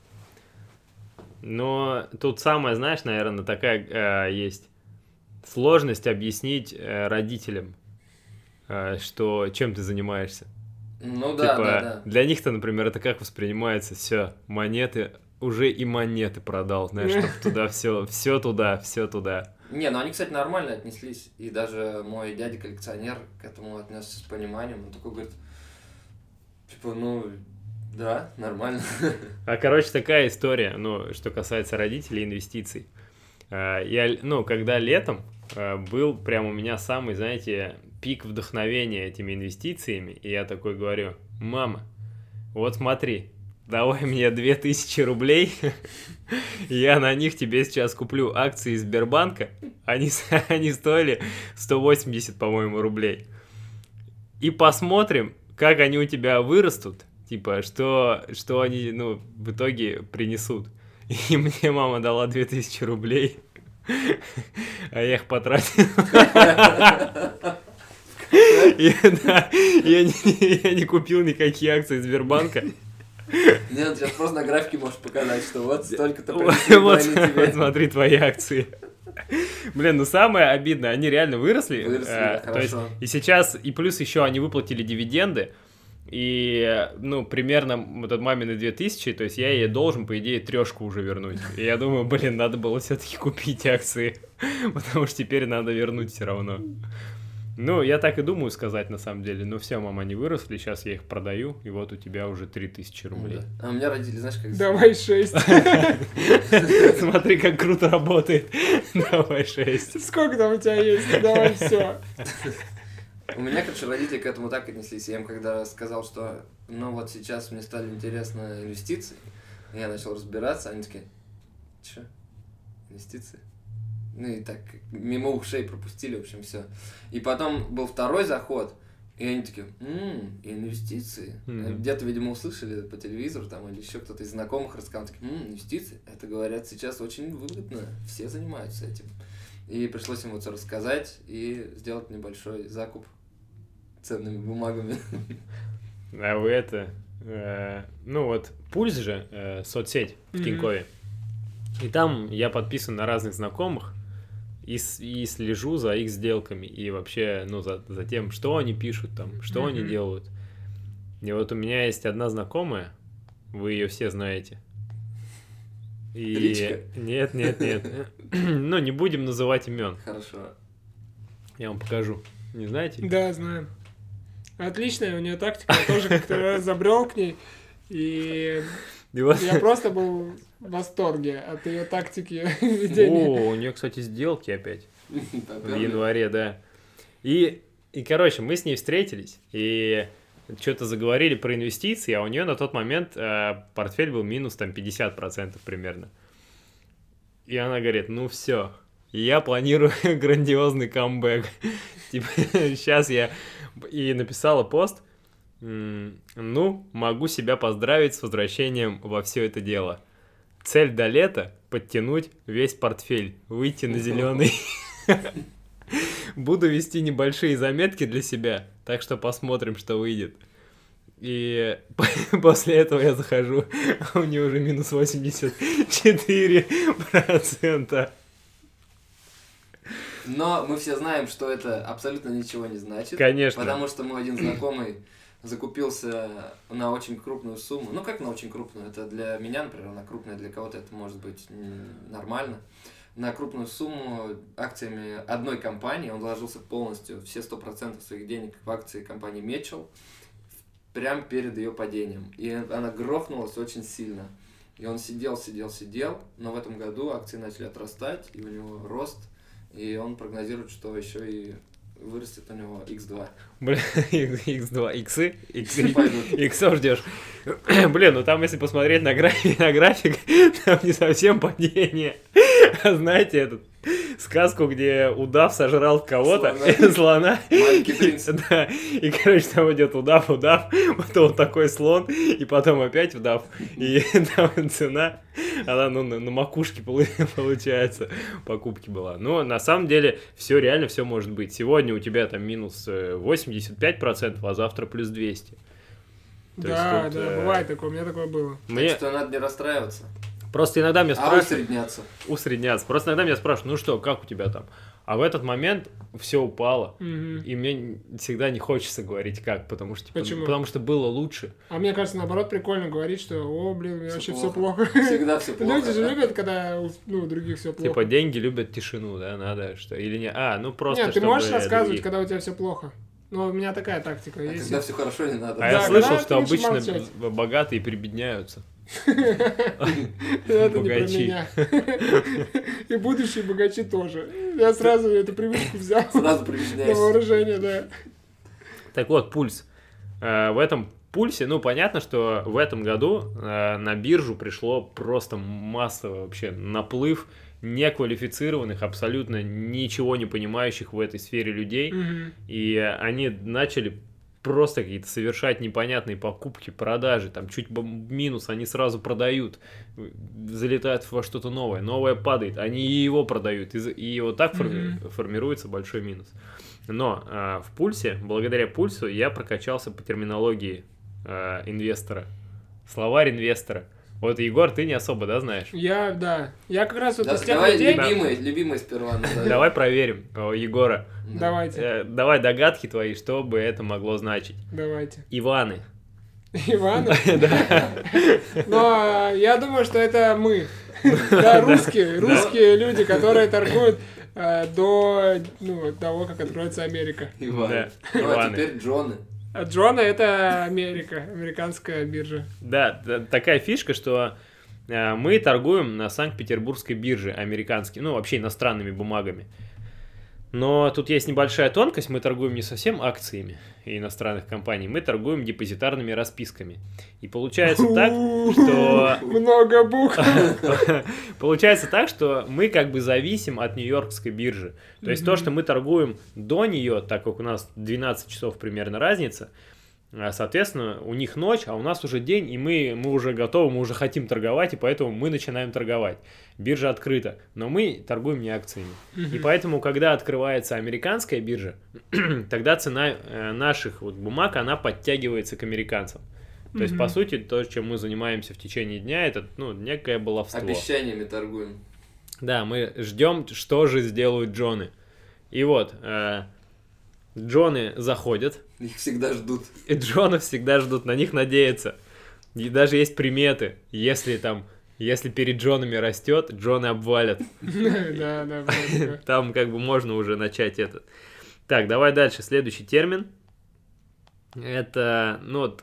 Но тут самое, знаешь, наверное, такая э, есть сложность объяснить э, родителям, э, что чем ты занимаешься.
Ну да,
типа,
да, да.
Для них-то, например, это как воспринимается, все, монеты, уже и монеты продал, знаешь, чтобы туда все, все туда, все туда.
Не, ну они, кстати, нормально отнеслись, и даже мой дядя-коллекционер к этому отнесся с пониманием, он такой говорит, типа, ну... Да, нормально.
А, короче, такая история, ну, что касается родителей и инвестиций. Я, ну, когда летом был прям у меня самый, знаете, пик вдохновения этими инвестициями, и я такой говорю, мама, вот смотри, давай мне две тысячи рублей, я на них тебе сейчас куплю акции Сбербанка, они, они стоили сто восемьдесят, по-моему, рублей. И посмотрим, как они у тебя вырастут, типа, что, что они, ну, в итоге принесут. И мне мама дала две тысячи рублей, а я их потратил. И, да, я, не, я не купил никакие акции Сбербанка.
Нет, сейчас просто на графике можешь показать, что вот столько-то
принесли, вот, вот смотри твои акции. Блин, ну самое обидное, они реально выросли.
Выросли,
а,
да,
то есть, и сейчас, и плюс еще они выплатили дивиденды. И, ну, примерно вот от мамины две тысячи, то есть я ей должен, по идее, трешку уже вернуть. И я думаю, блин, надо было все-таки купить акции, потому что теперь надо вернуть все равно. Ну, я так и думаю сказать, на самом деле. Ну, все, мама, они выросли, сейчас я их продаю, и вот у тебя уже три тысячи рублей.
А у меня родители, знаешь, как...
Давай шесть.
Смотри, как круто работает. Давай шесть.
Сколько там у тебя есть? Давай все.
У меня, короче, родители к этому так отнеслись. Я им когда сказал, что, ну, вот сейчас мне стали интересны инвестиции, я начал разбираться, они такие, че, инвестиции? Ну и так, мимо ушей пропустили, в общем, все. И потом был второй заход, и они такие, ммм, инвестиции. Mm-hmm. Где-то, видимо, услышали по телевизору, там, или еще кто-то из знакомых рассказал, такие, ммм, инвестиции, это, говорят, сейчас очень выгодно, все занимаются этим. И пришлось ему это рассказать и сделать небольшой закуп ценными бумагами.
А вы это, э, ну вот, Пульс же, э, соцсеть в mm-hmm. Тинькове, и там я подписан на разных знакомых, И, и слежу за их сделками, и вообще, ну, за, за тем, что они пишут там, что mm-hmm. они делают. И вот у меня есть одна знакомая, вы ее все знаете. И...
Ричка?
Нет, нет, нет. Ну, не будем называть имен.
Хорошо.
Я вам покажу. Не знаете?
Да, знаю. Отличная у нее тактика. Я тоже как-то забрел к ней, и я просто был в восторге от ее тактики ведения.
О, у нее, кстати, сделки опять. В январе, да. И, и, короче, мы с ней встретились, и что-то заговорили про инвестиции, а у нее на тот момент э, портфель был минус там пятьдесят процентов примерно. И она говорит, ну все, я планирую грандиозный камбэк. Типа, сейчас я... И написала пост, ну, могу себя поздравить с возвращением во все это дело. Цель до лета – подтянуть весь портфель, выйти на зеленый. Буду вести небольшие заметки для себя, так что посмотрим, что выйдет. И после этого я захожу, а у нее уже минус восемьдесят четыре процента.
Но мы все знаем, что это абсолютно ничего не значит.
Конечно.
Потому что мой один знакомый закупился на очень крупную сумму. Ну, как на очень крупную? Это для меня, например, она крупная, для кого-то это может быть нормально. На крупную сумму акциями одной компании. Он вложился полностью, все сто процентов своих денег в акции компании Mitchell, прямо перед ее падением. И она грохнулась очень сильно. И он сидел, сидел, сидел, но в этом году акции начали отрастать, и у него рост. И он прогнозирует, что еще и вырастет у него икс два.
Блин, икс два, иксы? Иксов ждешь. Блин, ну там, если посмотреть на график, на график, там не совсем падение. А знаете, этот сказку, где удав сожрал кого-то, слона, слона.
Маленький принц.
Да, и, короче, там идет удав, удав, потом такой слон, и потом опять удав, и там цена, она, ну, на, на макушке получается, покупки была. Но на самом деле все реально, все может быть. Сегодня у тебя там минус восемьдесят пять процентов, а завтра плюс двести.
То да, тут, да, э... бывает такое, у меня такое было.
Мне... Так что надо не расстраиваться.
Просто иногда меня спрашивают...
А усредняться.
Усредняться. Просто иногда меня спрашивают, ну что, как у тебя там? А в этот момент все упало. Mm-hmm. И мне всегда не хочется говорить как, потому что, типа,
Почему?
Потому что было лучше.
А мне кажется, наоборот, прикольно говорить, что, о, блин, все вообще все плохо.
Всегда все плохо.
Люди же любят, когда ну, у других все плохо.
Типа деньги любят тишину, да, надо что? Или не? А, ну просто
Нет, ты можешь рассказывать, других... когда у тебя все плохо. Ну, у меня такая тактика.
А
если...
когда все хорошо, не надо.
А да, я слышал, что обычно молчать. Богатые прибедняются.
Это не про меня. И будущие богачи тоже. Я сразу эту привычку взял.
Сразу прибедняешься.
На вооружение, да.
Так вот, пульс. В этом пульсе, ну, понятно, что в этом году на биржу пришло просто массовый вообще наплыв неквалифицированных, абсолютно ничего не понимающих в этой сфере людей.
Mm-hmm. И
они начали просто какие-то совершать непонятные покупки, продажи, там чуть минус, они сразу продают, залетают во что-то новое, новое падает, они и его продают, и, и вот так mm-hmm. форми- формируется большой минус. Но э, в пульсе, благодаря пульсу, я прокачался по терминологии э, инвестора, словарь инвестора. Вот, Егор, ты не особо, да, знаешь?
Я, да. Я как раз вот
да,
из тех
давай
людей...
любимый, любимый сперва.
Давай проверим Егора.
Давайте.
Давай догадки твои, что бы это могло значить.
Давайте.
Иваны.
Иваны? Но я думаю, что это мы. Да, русские, русские люди, которые торгуют э, до ну, того, как откроется Америка.
Иваны.
Да,
Ну, а
Иваны.
теперь Джоны.
А Джона это Америка, американская биржа.
Да, т- такая фишка, что э, мы торгуем на Санкт-Петербургской бирже американской, ну, вообще иностранными бумагами. Но тут есть небольшая тонкость, мы торгуем не совсем акциями иностранных компаний, мы торгуем депозитарными расписками. И получается так, что...
Много букв.
Получается так, что мы как бы зависим от Нью-Йоркской биржи. То есть то, что мы торгуем до нее, так как у нас двенадцать часов примерно разница, а, соответственно, у них ночь, а у нас уже день, и мы, мы уже готовы, мы уже хотим торговать, и поэтому мы начинаем торговать. Биржа открыта, но мы торгуем не акциями. И поэтому, когда открывается американская биржа, тогда цена э, наших вот бумаг, она подтягивается к американцам. То есть, по сути, то, чем мы занимаемся в течение дня, это, ну, некое баловство.
Обещаниями торгуем.
Да, мы ждем, что же сделают Джоны. И вот, э, Джоны заходят,
Их всегда ждут.
и Джоны всегда ждут, на них надеются. И даже есть приметы, если там, если перед Джонами растет, Джоны обвалят.
Да, да, было.
Там как бы можно уже начать это. Так, давай дальше. Следующий термин. Это, ну вот,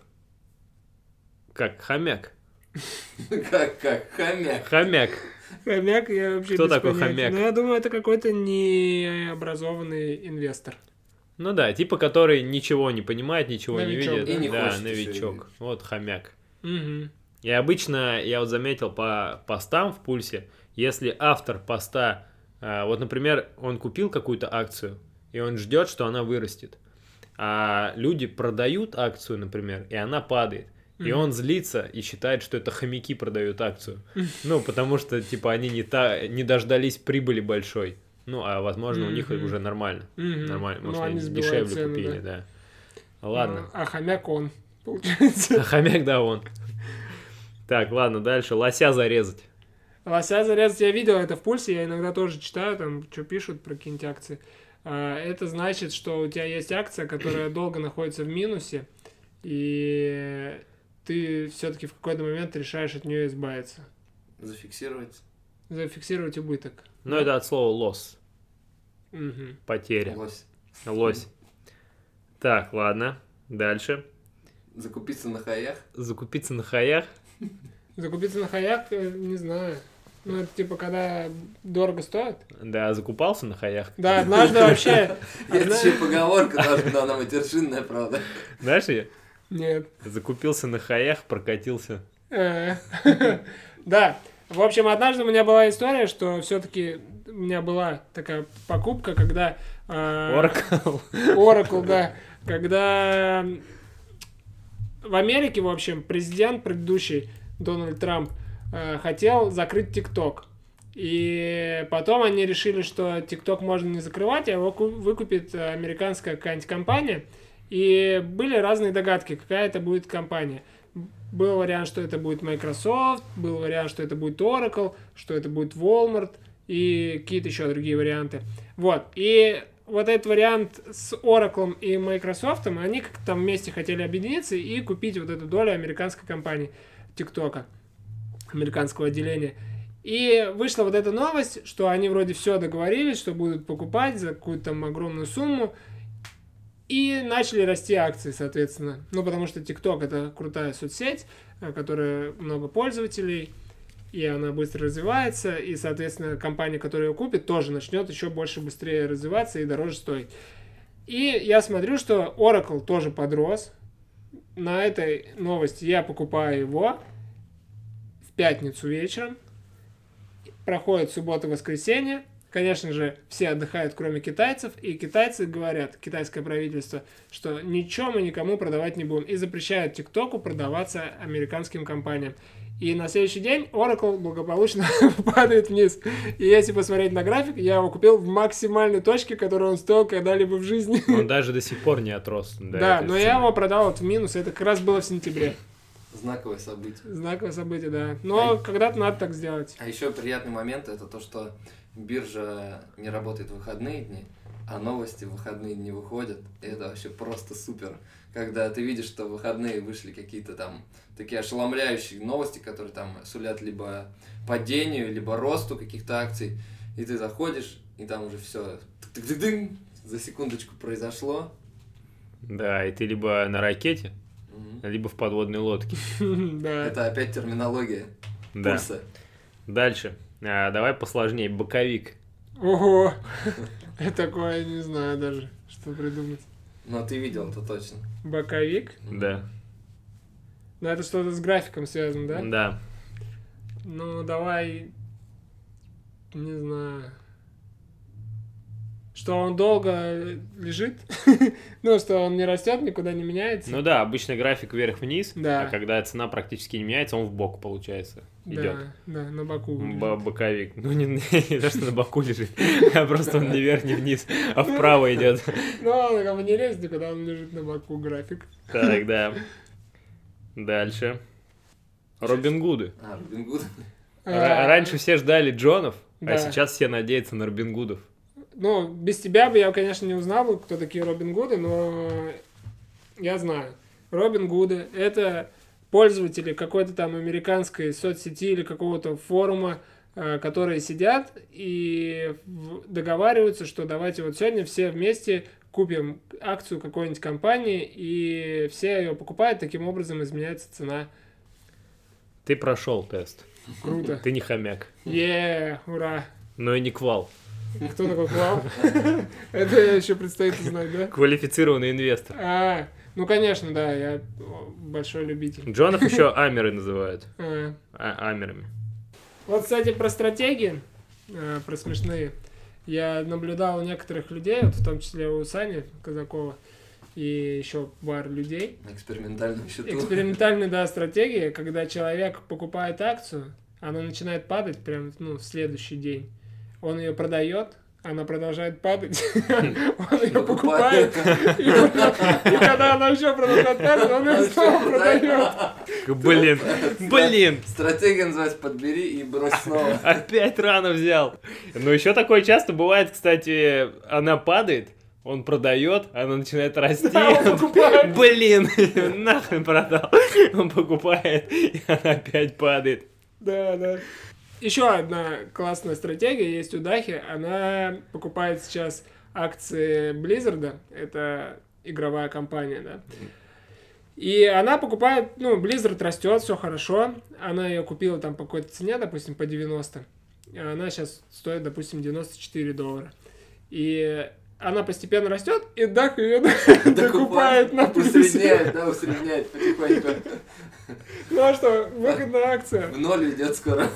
как хомяк.
Как, как, хомяк.
Хомяк.
Хомяк, я вообще
Кто
без
такой
понятия.
хомяк?
Ну, я думаю, это какой-то необразованный инвестор.
Ну да, типа, который ничего не понимает, ничего
Новичок,
не видит.
да? И не
Да,
хочет еще
новичок. Вот хомяк.
Мгм.
И обычно, я вот заметил по постам в Пульсе, если автор поста, а, вот, например, он купил какую-то акцию, и он ждет, что она вырастет, а люди продают акцию, например, и она падает, и
Мгм.
он злится и считает, что это хомяки продают акцию. Ну, потому что, типа, они не, та, не дождались прибыли большой. Ну, а возможно, у них
Мгм.
уже нормально.
Мгм.
Нормально,
Ну,
может,
они
они
сбивают
дешевле
цену,
купили,
да.
да. Ладно.
Ну, а хомяк он, получается.
А хомяк, да, он. Так, ладно, дальше. Лося зарезать.
Лося зарезать, я видел это в Пульсе, я иногда тоже читаю, там, что пишут про какие-нибудь акции. А, Это значит, что у тебя есть акция, которая долго находится в минусе, и ты все-таки в какой-то момент решаешь от нее избавиться.
Зафиксировать.
Зафиксировать убыток.
Ну, это от слова лос.
Мгм.
Потеря.
Лось.
Лось. Так, ладно. Дальше.
Закупиться на хаях.
Закупиться на хаях.
Закупиться на хаяк, э, не знаю. Ну, это типа, когда дорого стоит.
Да, закупался на хаях.
Да, однажды вообще...
Есть
одна-
еще поговорка даже, но она матершинная, правда.
Знаешь, я
Нет.
закупился на хаях, прокатился.
Э, Да. В общем, однажды у меня была история, что все-таки у меня была такая покупка, когда... э,
Oracle.
Oracle, да. Когда в Америке, в общем, президент предыдущий, Дональд Трамп, э, хотел закрыть ТикТок. И потом они решили, что ТикТок можно не закрывать, а его ку- выкупит э, американская какая-нибудь компания. И были разные догадки, какая это будет компания. Был вариант, что это будет Microsoft, был вариант, что это будет Oracle, что это будет Walmart и какие-то еще другие варианты. Вот. И вот этот вариант с Oracle и Microsoft, они как-то там вместе хотели объединиться и купить вот эту долю американской компании ТикТока, американского отделения. И вышла вот эта новость, что они вроде все договорились, что будут покупать за какую-то там огромную сумму. И начали расти акции, соответственно. Ну, потому что TikTok — это крутая соцсеть, э, которая много пользователей, и она быстро развивается, и, соответственно, компания, которая ее купит, тоже начнет еще больше, быстрее развиваться и дороже стоить. И я смотрю, что Oracle тоже подрос. На этой новости я покупаю его в пятницу вечером. Проходит суббота-воскресенье. Конечно же, все отдыхают, кроме китайцев, и китайцы говорят, китайское правительство, что ничего мы никому продавать не будем, и запрещают ТикТоку продаваться американским компаниям. И на следующий день Oracle благополучно падает вниз. И если посмотреть на график, я его купил в максимальной точке, которую он стоил когда-либо в жизни.
Он даже до сих пор не отрос. до
Да,
этой
но
цены.
я его продал вот в минус, это как раз было в сентябре.
Знаковое событие.
Знаковое событие, да. Но когда-то надо так сделать.
А еще приятный момент — это то, что биржа не работает в выходные дни, а новости в выходные не выходят. И это вообще просто супер. Когда ты видишь, что в выходные вышли какие-то там такие ошеломляющие новости, которые там сулят либо падению, либо росту каких-то акций, и ты заходишь, и там уже все за секундочку произошло.
Да, и ты либо на ракете,
Угу.
либо в подводной лодке.
Да.
Это опять терминология
Да.
курса.
Дальше. А, давай посложнее. Боковик.
Ого! Я такое не знаю даже, что придумать.
Но ты видел это точно.
Боковик?
Да.
Ну, это что-то с графиком связано, да?
Да.
Ну, давай... Не знаю... Что он долго лежит? Ну, что он не растет, никуда не меняется?
Ну да, обычно график вверх-вниз,
Да.
а когда цена практически не меняется, он в бок, получается, идет.
Да, да, на боку.
Б- боковик. Ну, не, не то, что на боку лежит, а просто он не вверх, не вниз, а вправо идет.
Ну, он как бы не лезет, когда он лежит на боку, график.
Так, да. Дальше. Робин Гуды.
А, Робин Гуд.
Р- Раньше все ждали Джонов,
Да.
а сейчас все надеются на Робин Гудов.
Ну, без тебя бы я, конечно, не узнал бы, кто такие Робин Гуды, но я знаю. Робин Гуды — это пользователи какой-то там американской соцсети или какого-то форума, э, которые сидят и в- договариваются, что давайте вот сегодня все вместе купим акцию какой-нибудь компании, и все ее покупают, таким образом изменяется цена.
Ты прошел тест.
Круто.
Ты не хомяк,
Е, ура.
но и не квал.
Кто такой Клав? Это еще предстоит узнать, да?
Квалифицированный инвестор.
А, ну, конечно, да, я большой любитель.
Джонов еще амеры называют.
А,
А- амерами.
Вот, кстати, про стратегии, э, про смешные. Я наблюдал у некоторых людей, вот в том числе у Сани Казакова и еще пар людей.
На экспериментальном счету.
Экспериментальные, да, стратегии, когда человек покупает акцию, она начинает падать прям, ну, в следующий день. Он ее продает, она продолжает падать, он ее покупает, и и когда она еще продолжает падать, он ее снова продает.
Блин, блин,
Стратегия называется «подбери и брось снова».
опять рано взял. Но еще такое часто бывает, кстати, она падает, он продает, она начинает расти.
Да, он покупает.
Блин, нахрен продал. Он покупает, и она опять падает.
Да, да. Еще одна классная стратегия есть у Дахи. Она покупает сейчас акции Blizzard. Это игровая компания, да. И она покупает, ну, Blizzard растет, все хорошо. Она ее купила там по какой-то цене, допустим, по девяносто. И она сейчас стоит, допустим, девяносто четыре доллара. И она постепенно растет, и Дах ее докупает на плюсе.
Усредняет, да, усредняет потихоньку.
Ну а что, выгодная акция.
В ноль идет скоро.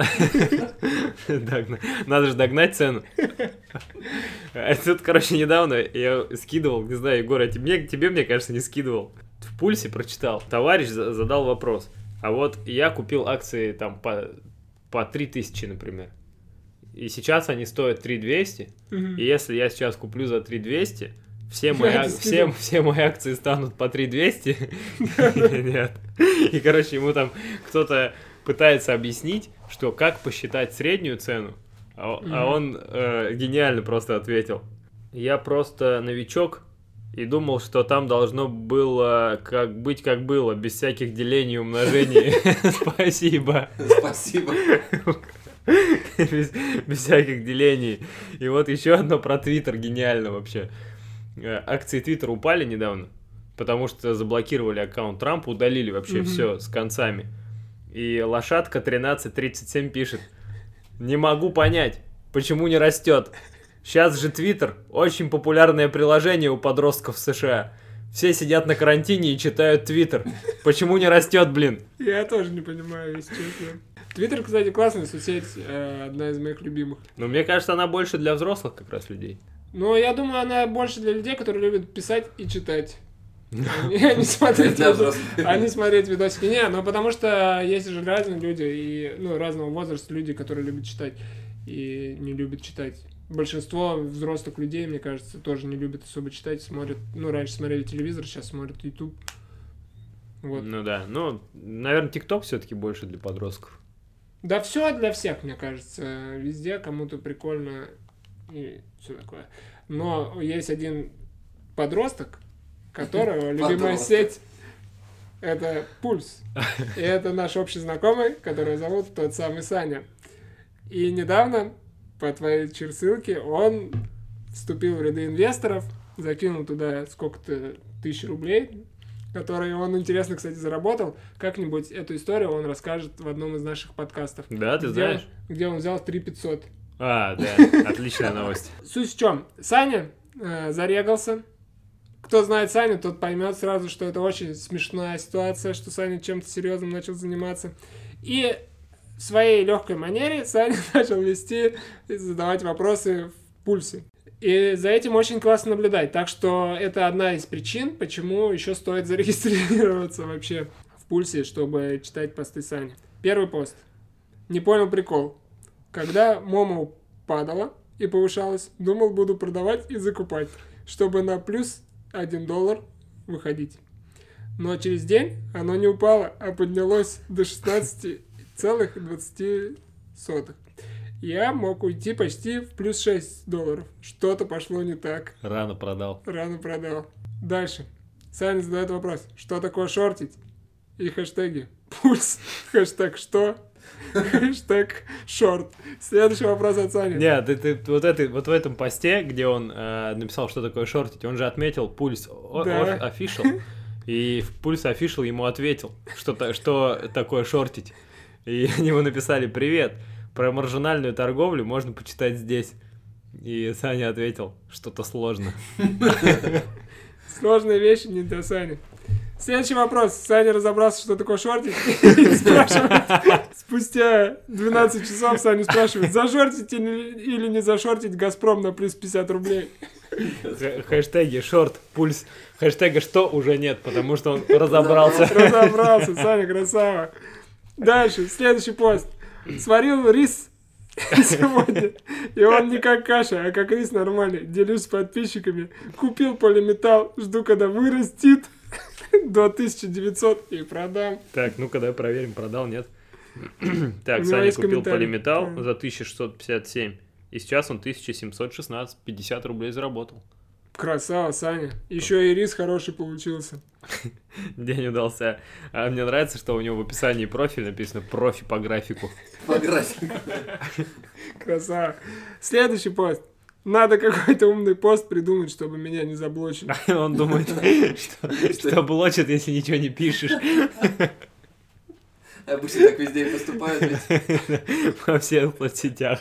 Догна- Надо же догнать цену. А Тут, короче, недавно я скидывал, не знаю, Егор, а тебе, тебе, мне кажется, не скидывал. В пульсе прочитал. Товарищ за- задал вопрос. А вот я купил акции там по, по три тысячи, например. И сейчас они стоят три двести.
Мгм.
И если я сейчас куплю за три двести, все мои,
Я
ак-
это
все,
скинул.
все мои акции станут по три двести. Нет. И, короче, ему там кто-то пытается объяснить, что как посчитать среднюю цену, а, а
Мгм.
он э, гениально просто ответил. Я просто новичок и думал, что там должно было как быть, как было, без всяких делений и умножений. Спасибо.
Спасибо.
без, без всяких делений. И вот еще одно про Твиттер, гениально вообще. Э, Акции Твиттера упали недавно, потому что заблокировали аккаунт Трампа, удалили вообще
Мгм.
все с концами. И лошадка тринадцать тридцать семь пишет: не могу понять, почему не растет. Сейчас же Твиттер очень популярное приложение у подростков в США. Все сидят на карантине и читают Твиттер. Почему не растет, блин?
Я тоже не понимаю, если честно. Твиттер, кстати, классная соцсеть, э, одна из моих любимых.
Но мне кажется, она больше для взрослых как раз людей.
Но я думаю, она больше для людей, которые любят писать и читать. А не- а не смотреть
Для
видос-
взрослых.
а не смотреть видосики. Не, ну потому что есть же разные люди, и, ну, разного возраста люди, которые любят читать и не любят читать. Большинство взрослых людей, мне кажется, тоже не любят особо читать, смотрят, ну, раньше смотрели телевизор, сейчас смотрят YouTube. Вот.
Ну да, ну, наверное, ТикТок все-таки больше для подростков.
Да все для всех, мне кажется. Везде кому-то прикольно и все такое. Но есть один подросток, которого любимая сеть — это Пульс. И это наш общий знакомый, которого зовут тот самый Саня. И недавно, по твоей черсылке, он вступил в ряды инвесторов, закинул туда сколько-то тысяч рублей, которые он, интересно, кстати, заработал. Как-нибудь эту историю он расскажет в одном из наших подкастов.
Да, ты
где
знаешь?
Он, где он взял три тысячи пятьсот.
А, да, отличная новость.
Суть в чем? Саня э, зарегался. Кто знает Саню, тот поймет сразу, что это очень смешная ситуация, что Саня чем-то серьезным начал заниматься. И в своей легкой манере Саня начал вести и задавать вопросы в Пульсе. И за этим очень классно наблюдать. Так что это одна из причин, почему еще стоит зарегистрироваться вообще в Пульсе, чтобы читать посты Сани. Первый пост. Не понял прикол. Когда Момо падала и повышалась, думал, буду продавать и закупать, чтобы на плюс один доллар выходить. Но через день оно не упало, а поднялось до шестнадцать целых двадцать сотых. Я мог уйти почти в плюс шесть долларов. Что-то пошло не так.
Рано продал.
Рано продал. Дальше. Саня задает вопрос. Что такое шортить? И хэштеги. Пульс. Хэштег что? Хэштег шорт. Следующий вопрос от Сани.
Нет, ты, ты, вот, это, вот в этом посте, где он э, написал, что такое шортить, он же отметил пульс
Да.
official, и в пульс official ему ответил, что, что такое шортить. И они ему написали: «Привет, про маржинальную торговлю можно почитать здесь». И Саня ответил: что-то сложно.
Сложные вещи не для Сани. Следующий вопрос. Саня разобрался, что такое шортить, и спрашивает, спустя двенадцать часов Саня спрашивает, зашортить или не зашортить Газпром на плюс пятьдесят рублей.
Хэштеги шорт, пульс. Хэштега что уже нет, потому что он разобрался.
Разобрался, Саня красава. Дальше, следующий пост. Сварил рис сегодня, и он не как каша, а как рис нормальный. Делюсь с подписчиками. Купил полиметалл, жду, когда вырастет до тысяча девятьсот и продам.
Так, ну-ка, давай проверим, продал, нет. Так,
У него
Саня
есть
купил
комментарий.
полиметалл
Да.
за тысяча шестьсот пятьдесят семь. И сейчас он тысяча семьсот шестнадцать, пятьдесят рублей заработал.
Красава, Саня. Еще и рис хороший получился.
День удался. А мне нравится, что у него в описании профиля написано «профи по графику».
По графику.
Красава. Следующий пост. Надо какой-то умный пост придумать, чтобы меня не заблочили.
Он думает, что, что блочит, если ничего не пишешь.
Обычно так везде и поступают, ведь.
Во всех соцсетях.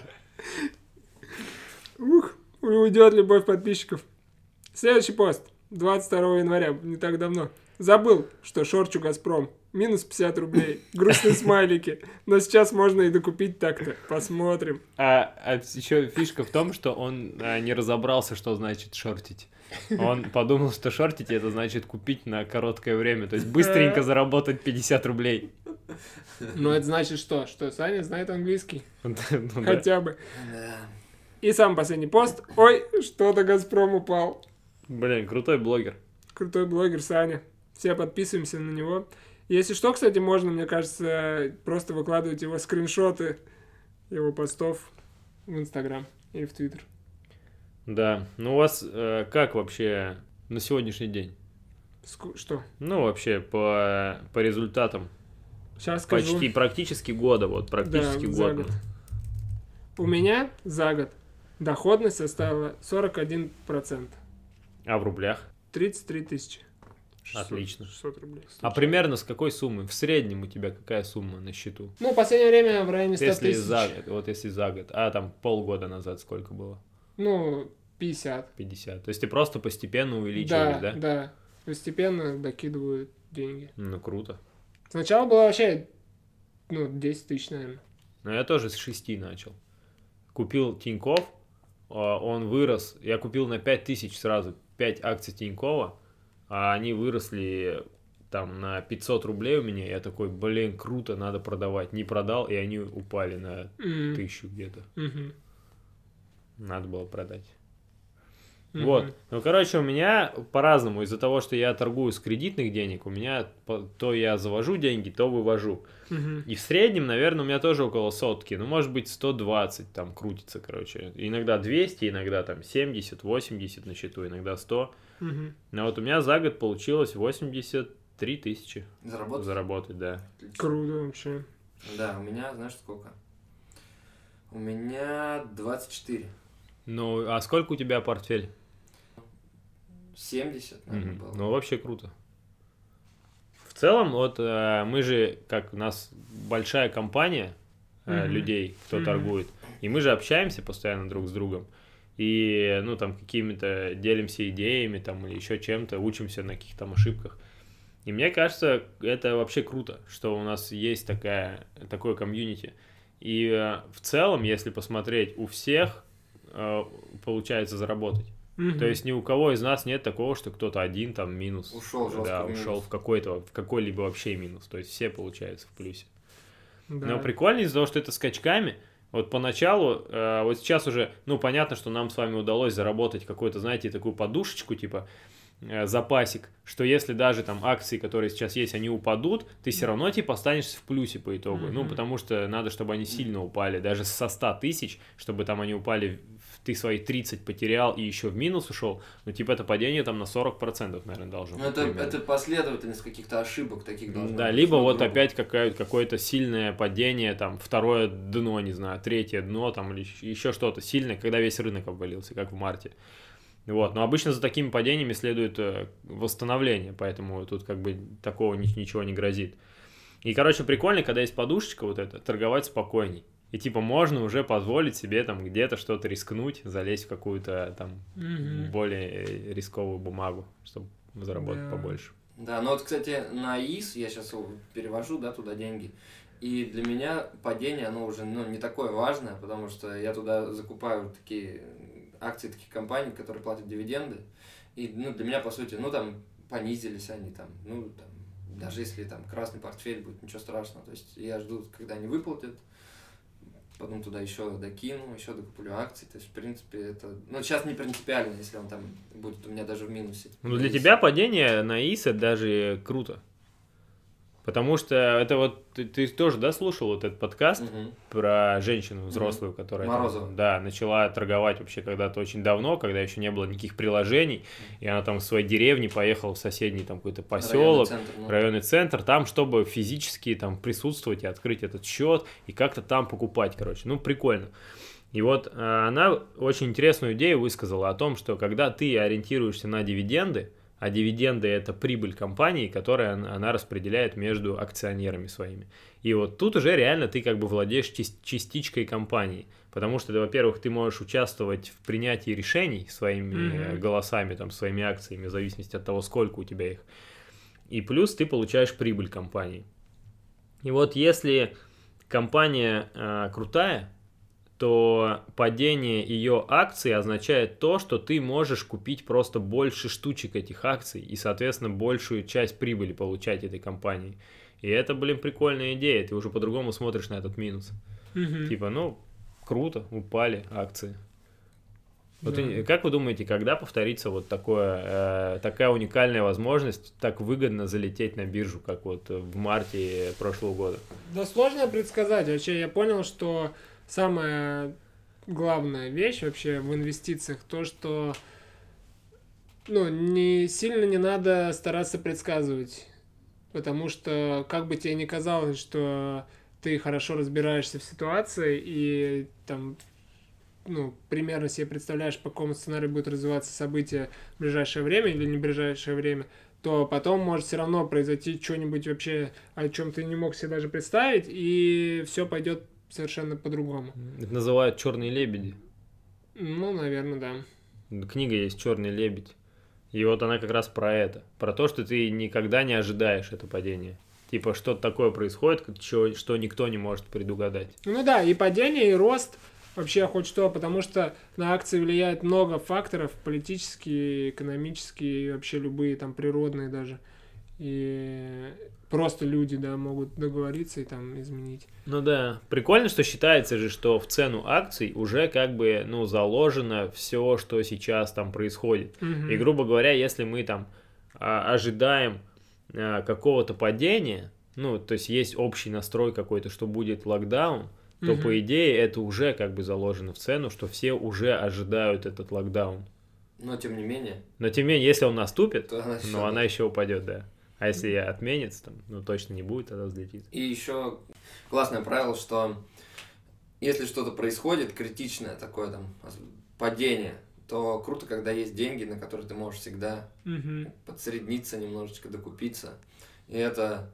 Ух, уйдет любовь подписчиков. Следующий пост. двадцать второго января, не так давно. Забыл, что шорчу Газпром. Минус пятьдесят рублей. Грустные смайлики. Но сейчас можно и докупить так-то. Посмотрим.
А, а еще фишка в том, что он а, не разобрался, что значит шортить. Он подумал, что шортить это значит купить на короткое время. То есть быстренько заработать пятьдесят рублей.
Но это значит что? Что Саня знает английский?
Ну да.
Хотя бы.
Да.
И самый последний пост. Ой, что-то Газпром упал.
Блин, крутой блогер.
Крутой блогер Саня. Все подписываемся на него. Если что, кстати, можно, мне кажется, просто выкладывать его скриншоты его постов в Инстаграм или в Твиттер.
Да. Ну у вас э, как вообще на сегодняшний день?
Ску- Что?
Ну вообще по, по результатам.
Сейчас скажу.
Почти практически года, вот практически
Да, за
год.
год. У меня за год доходность составила сорок один процент.
А в рублях?
тридцать три тысячи.
Отлично.
шестьсот рублей.
А примерно с какой суммы? В среднем у тебя какая сумма на счету?
Ну, в последнее время в районе ста
Если
тысяч.
за год, вот если за год, а там полгода назад сколько было?
Ну, пятьдесят.
пятьдесят. То есть ты просто постепенно увеличиваешь,
Да,
да?
да. Постепенно докидывают деньги.
Ну, круто.
Сначала было вообще, ну, десять тысяч, наверное.
Но я тоже с шести начал. Купил Тинькофф, а, он вырос. Я купил на пять тысяч сразу пять акций Тинькова, а они выросли там на пятьсот рублей у меня. Я такой, блин, круто, надо продавать. Не продал, и они упали на
Мгм.
тысячу где-то.
Мгм.
Надо было продать.
Мгм.
Вот. Ну, короче, у меня по-разному. Из-за того, что я торгую с кредитных денег, у меня по- то я завожу деньги, то вывожу.
Мгм.
И в среднем, наверное, у меня тоже около сотки. Ну, может быть, сто двадцать там крутится, короче. Иногда двести, иногда там семьдесят, восемьдесят на счету, иногда сто.
Мгм.
Но вот у меня за год получилось восемьдесят три тысячи
Заработать?
заработать, да.
Отлично.
Круто вообще.
Да, у меня, знаешь, сколько? У меня двадцать четыре.
Ну, а сколько у тебя портфель?
семьдесят, наверное,
Мгм.
было.
Ну, вообще круто. В целом, вот э, мы же, как у нас большая компания э,
Мгм.
людей, кто
Мгм.
торгует, и мы же общаемся постоянно друг с другом, и, ну, там, какими-то делимся идеями, там, или еще чем-то, учимся на каких-то там ошибках. И мне кажется, это вообще круто, что у нас есть такая, такое комьюнити. И э, в целом, если посмотреть, у всех э, получается заработать.
Мгм.
То есть ни у кого из нас нет такого, что кто-то один там минус.
Ушел жестко
Да,
в минус.
ушел в какой-то, в какой-либо вообще минус. То есть все получается в плюсе.
Да.
Но прикольно из-за того, что это скачками. Вот поначалу, э, вот сейчас уже, ну, понятно, что нам с вами удалось заработать какую-то, знаете, такую подушечку, типа, э, запасик, что если даже там акции, которые сейчас есть, они упадут, ты все равно типа останешься в плюсе по итогу. Ну,
Мгм.
потому что надо, чтобы они сильно упали, даже со ста тысяч, чтобы там они упали, в- ты свои тридцать потерял и еще в минус ушел, ну, типа это падение там на сорок процентов, наверное, должно
Ну,
быть.
это,
примерно.
это последовательность каких-то ошибок таких должна
Да,
быть,
либо
ну,
вот
грубо.
опять какая- какое-то сильное падение, там, второе дно, не знаю, третье дно, там, или еще что-то сильное, когда весь рынок обвалился, как в марте. Вот, но обычно за такими падениями следует э, восстановление, поэтому тут как бы такого ни- ничего не грозит. И, короче, прикольно, когда есть подушечка вот эта, торговать спокойней. И типа можно уже позволить себе там где-то что-то рискнуть, залезть в какую-то там
Мгм.
более э, рисковую бумагу, чтобы заработать
Да.
побольше.
Да, ну вот, кстати, на ИС я сейчас перевожу, да, туда деньги. И для меня падение, оно уже, ну, не такое важное, потому что я туда закупаю такие акции таких компаний, которые платят дивиденды. И, ну, для меня, по сути, ну, там, понизились они там, ну, там, даже если там красный портфель будет, ничего страшного. То есть я жду, когда они выплатят, потом туда еще докину, еще докуплю акции. То есть, в принципе, это... Ну, сейчас не принципиально, если он там будет у меня даже в минусе.
Ну, для
И
тебя падение на ИС это даже круто. Потому что это вот, ты, ты тоже, да, слушал вот этот подкаст
Мгм.
про женщину взрослую, которая там,
Морозова.
да, начала торговать вообще когда-то очень давно, когда еще не было никаких приложений, и она там в своей деревне поехала в соседний там какой-то поселок,
Районный центр, ну.
районный центр, там, чтобы физически там присутствовать и открыть этот счет, и как-то там покупать, короче, ну, прикольно. И вот э, она очень интересную идею высказала о том, что когда ты ориентируешься на дивиденды, а дивиденды – это прибыль компании, которую она она распределяет между акционерами своими. И вот тут уже реально ты как бы владеешь част- частичкой компании, потому что, во-первых, ты можешь участвовать в принятии решений своими э,
Мгм.
голосами, там, своими акциями, в зависимости от того, сколько у тебя их. И плюс ты получаешь прибыль компании. И вот если компания э, крутая, то падение ее акций означает то, что ты можешь купить просто больше штучек этих акций и, соответственно, большую часть прибыли получать этой компании. И это, блин, прикольная идея, ты уже по-другому смотришь на этот минус.
Мгм.
Типа, ну, круто, упали акции. Вот
Да.
и- как вы думаете, когда повторится вот такое, э, такая уникальная возможность так выгодно залететь на биржу, как вот в марте прошлого года?
Да сложно предсказать. Вообще я понял, что самая главная вещь вообще в инвестициях то, что ну, не сильно не надо стараться предсказывать. Потому что, как бы тебе ни казалось, что ты хорошо разбираешься в ситуации и там, ну, примерно себе представляешь, по какому сценарию будет развиваться событие в ближайшее время или не в ближайшее время, то потом может все равно произойти что-нибудь вообще, о чем ты не мог себе даже представить, и все пойдет совершенно по-другому.
Это называют «Черные лебеди».
Ну, наверное, да.
Книга есть «Черный лебедь». И вот она как раз про это. Про то, что ты никогда не ожидаешь это падение. Типа, что-то такое происходит, что, что никто не может предугадать.
Ну да, и падение, и рост вообще хоть что, потому что на акции влияет много факторов, политические, экономические, и вообще любые, там, природные даже. и просто люди, да, могут договориться и там изменить.
Ну да, прикольно, что считается же, что в цену акций уже как бы, ну, заложено все, что сейчас там происходит.
Мгм.
И, грубо говоря, если мы там а, ожидаем а, какого-то падения, ну, то есть есть общий настрой какой-то, что будет локдаун, то,
Мгм.
по идее, это уже как бы заложено в цену, что все уже ожидают этот локдаун.
Но тем не менее,
Но, тем не менее, если он наступит,
то она
ну, она еще упадет, да. А если отменится, там, ну, точно не будет, тогда взлетит.
И еще классное правило, что если что-то происходит, критичное такое там падение, то круто, когда есть деньги, на которые ты можешь всегда
Мгм.
подсредниться, немножечко докупиться. И это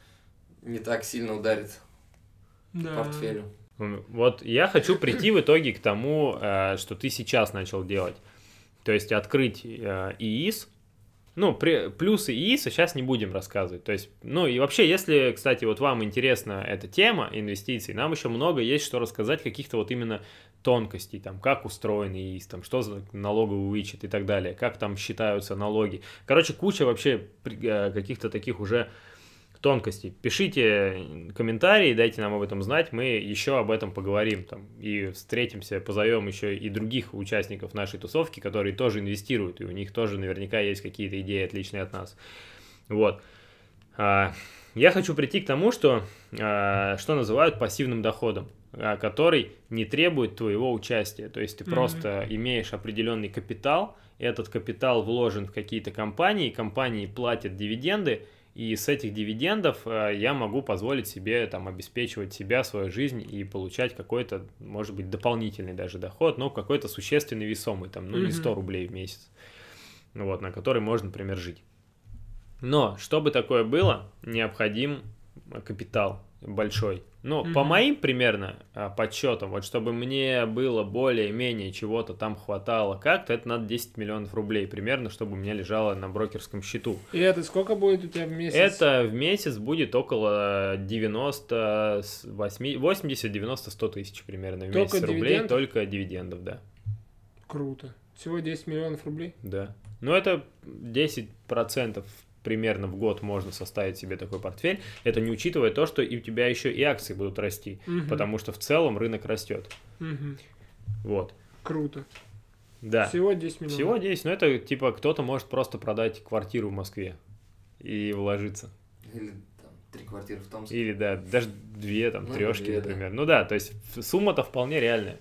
не так сильно ударит
Да.
по портфелю.
Вот я хочу прийти в итоге к тому, э, что ты сейчас начал делать. То есть открыть э, ИИС. Ну, при, плюсы ИИСа сейчас не будем рассказывать. То есть, ну и вообще, если, кстати, вот вам интересна эта тема инвестиций, нам еще много есть что рассказать, каких-то вот именно тонкостей, там, как устроен ИИС, там, что за налоговый вычет и так далее, как там считаются налоги. Короче, куча вообще э, каких-то таких уже тонкостей. Пишите комментарии, дайте нам об этом знать, мы еще об этом поговорим там, и встретимся, позовем еще и других участников нашей тусовки, которые тоже инвестируют, и у них тоже наверняка есть какие-то идеи, отличные от нас. Вот. А, я хочу прийти к тому, что, а, что называют пассивным доходом, а, который не требует твоего участия. То есть ты mm-hmm. просто имеешь определенный капитал, этот капитал вложен в какие-то компании, компании платят дивиденды, и с этих дивидендов э, я могу позволить себе там обеспечивать себя, свою жизнь и получать какой-то, может быть, дополнительный даже доход, но какой-то существенный, весомый, там, ну, не сто рублей в месяц, вот, на который можно, например, жить. Но, чтобы такое было, необходим капитал большой. Ну, mm-hmm. по моим примерно подсчетам, вот чтобы мне было более-менее чего-то там хватало как-то, это надо десять миллионов рублей примерно, чтобы у меня лежало на брокерском счету.
И это сколько будет у тебя в месяц?
Это в месяц будет около девяносто, восемьдесят, девяносто, сто тысяч примерно в
только
месяц рублей,
дивидендов?
Только дивидендов, да.
Круто. Всего десять миллионов рублей?
Да. Ну, это десять процентов примерно в год можно составить себе такой портфель. Это не учитывая то, что и у тебя еще и акции будут расти,
угу.
потому что в целом рынок растет.
Угу.
Вот.
Круто.
Да.
Всего десять миллионов.
Всего десять. Ну, это типа кто-то может просто продать квартиру в Москве и вложиться.
Или там три квартиры в Томске.
Или, да, даже две, там,
ну,
трешки,
две,
например.
Да.
Ну да, то есть сумма-то вполне реальная.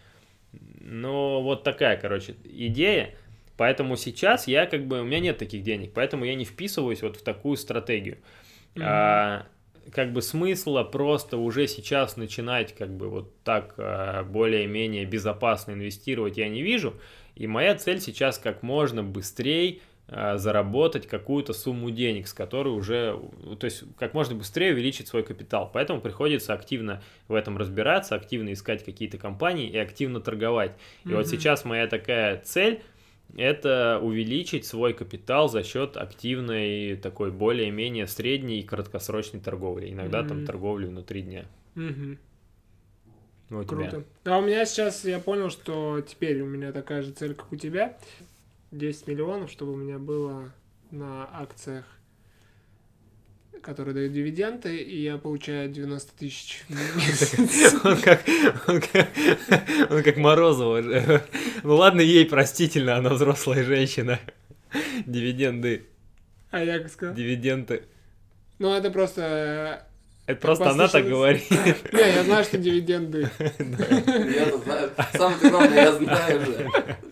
Но вот такая, короче, идея. Поэтому сейчас я как бы, у меня нет таких денег, поэтому я не вписываюсь вот в такую стратегию. Mm-hmm. А, как бы смысла просто уже сейчас начинать как бы вот так а, более-менее безопасно инвестировать я не вижу. И моя цель сейчас как можно быстрее а, заработать какую-то сумму денег, с которой уже, то есть как можно быстрее увеличить свой капитал. Поэтому приходится активно в этом разбираться, активно искать какие-то компании и активно торговать. И mm-hmm. вот сейчас моя такая цель — это увеличить свой капитал за счет активной, такой более-менее средней и краткосрочной торговли. Иногда mm-hmm. там торговли внутри дня.
Mm-hmm.
Вот
круто. А у меня сейчас, я понял, что теперь у меня такая же цель, как у тебя. десять миллионов, чтобы у меня было на акциях, которые дают дивиденды, и я получаю девяносто тысяч в месяц.
Он как, он как, он как Морозова. Ну ладно, ей простительно, она взрослая женщина. Дивиденды.
А я как сказал?
Дивиденды.
Ну, это просто...
Это просто она так говорит.
Не, я знаю, что дивиденды.
Я знаю. Самое главное, я знаю же.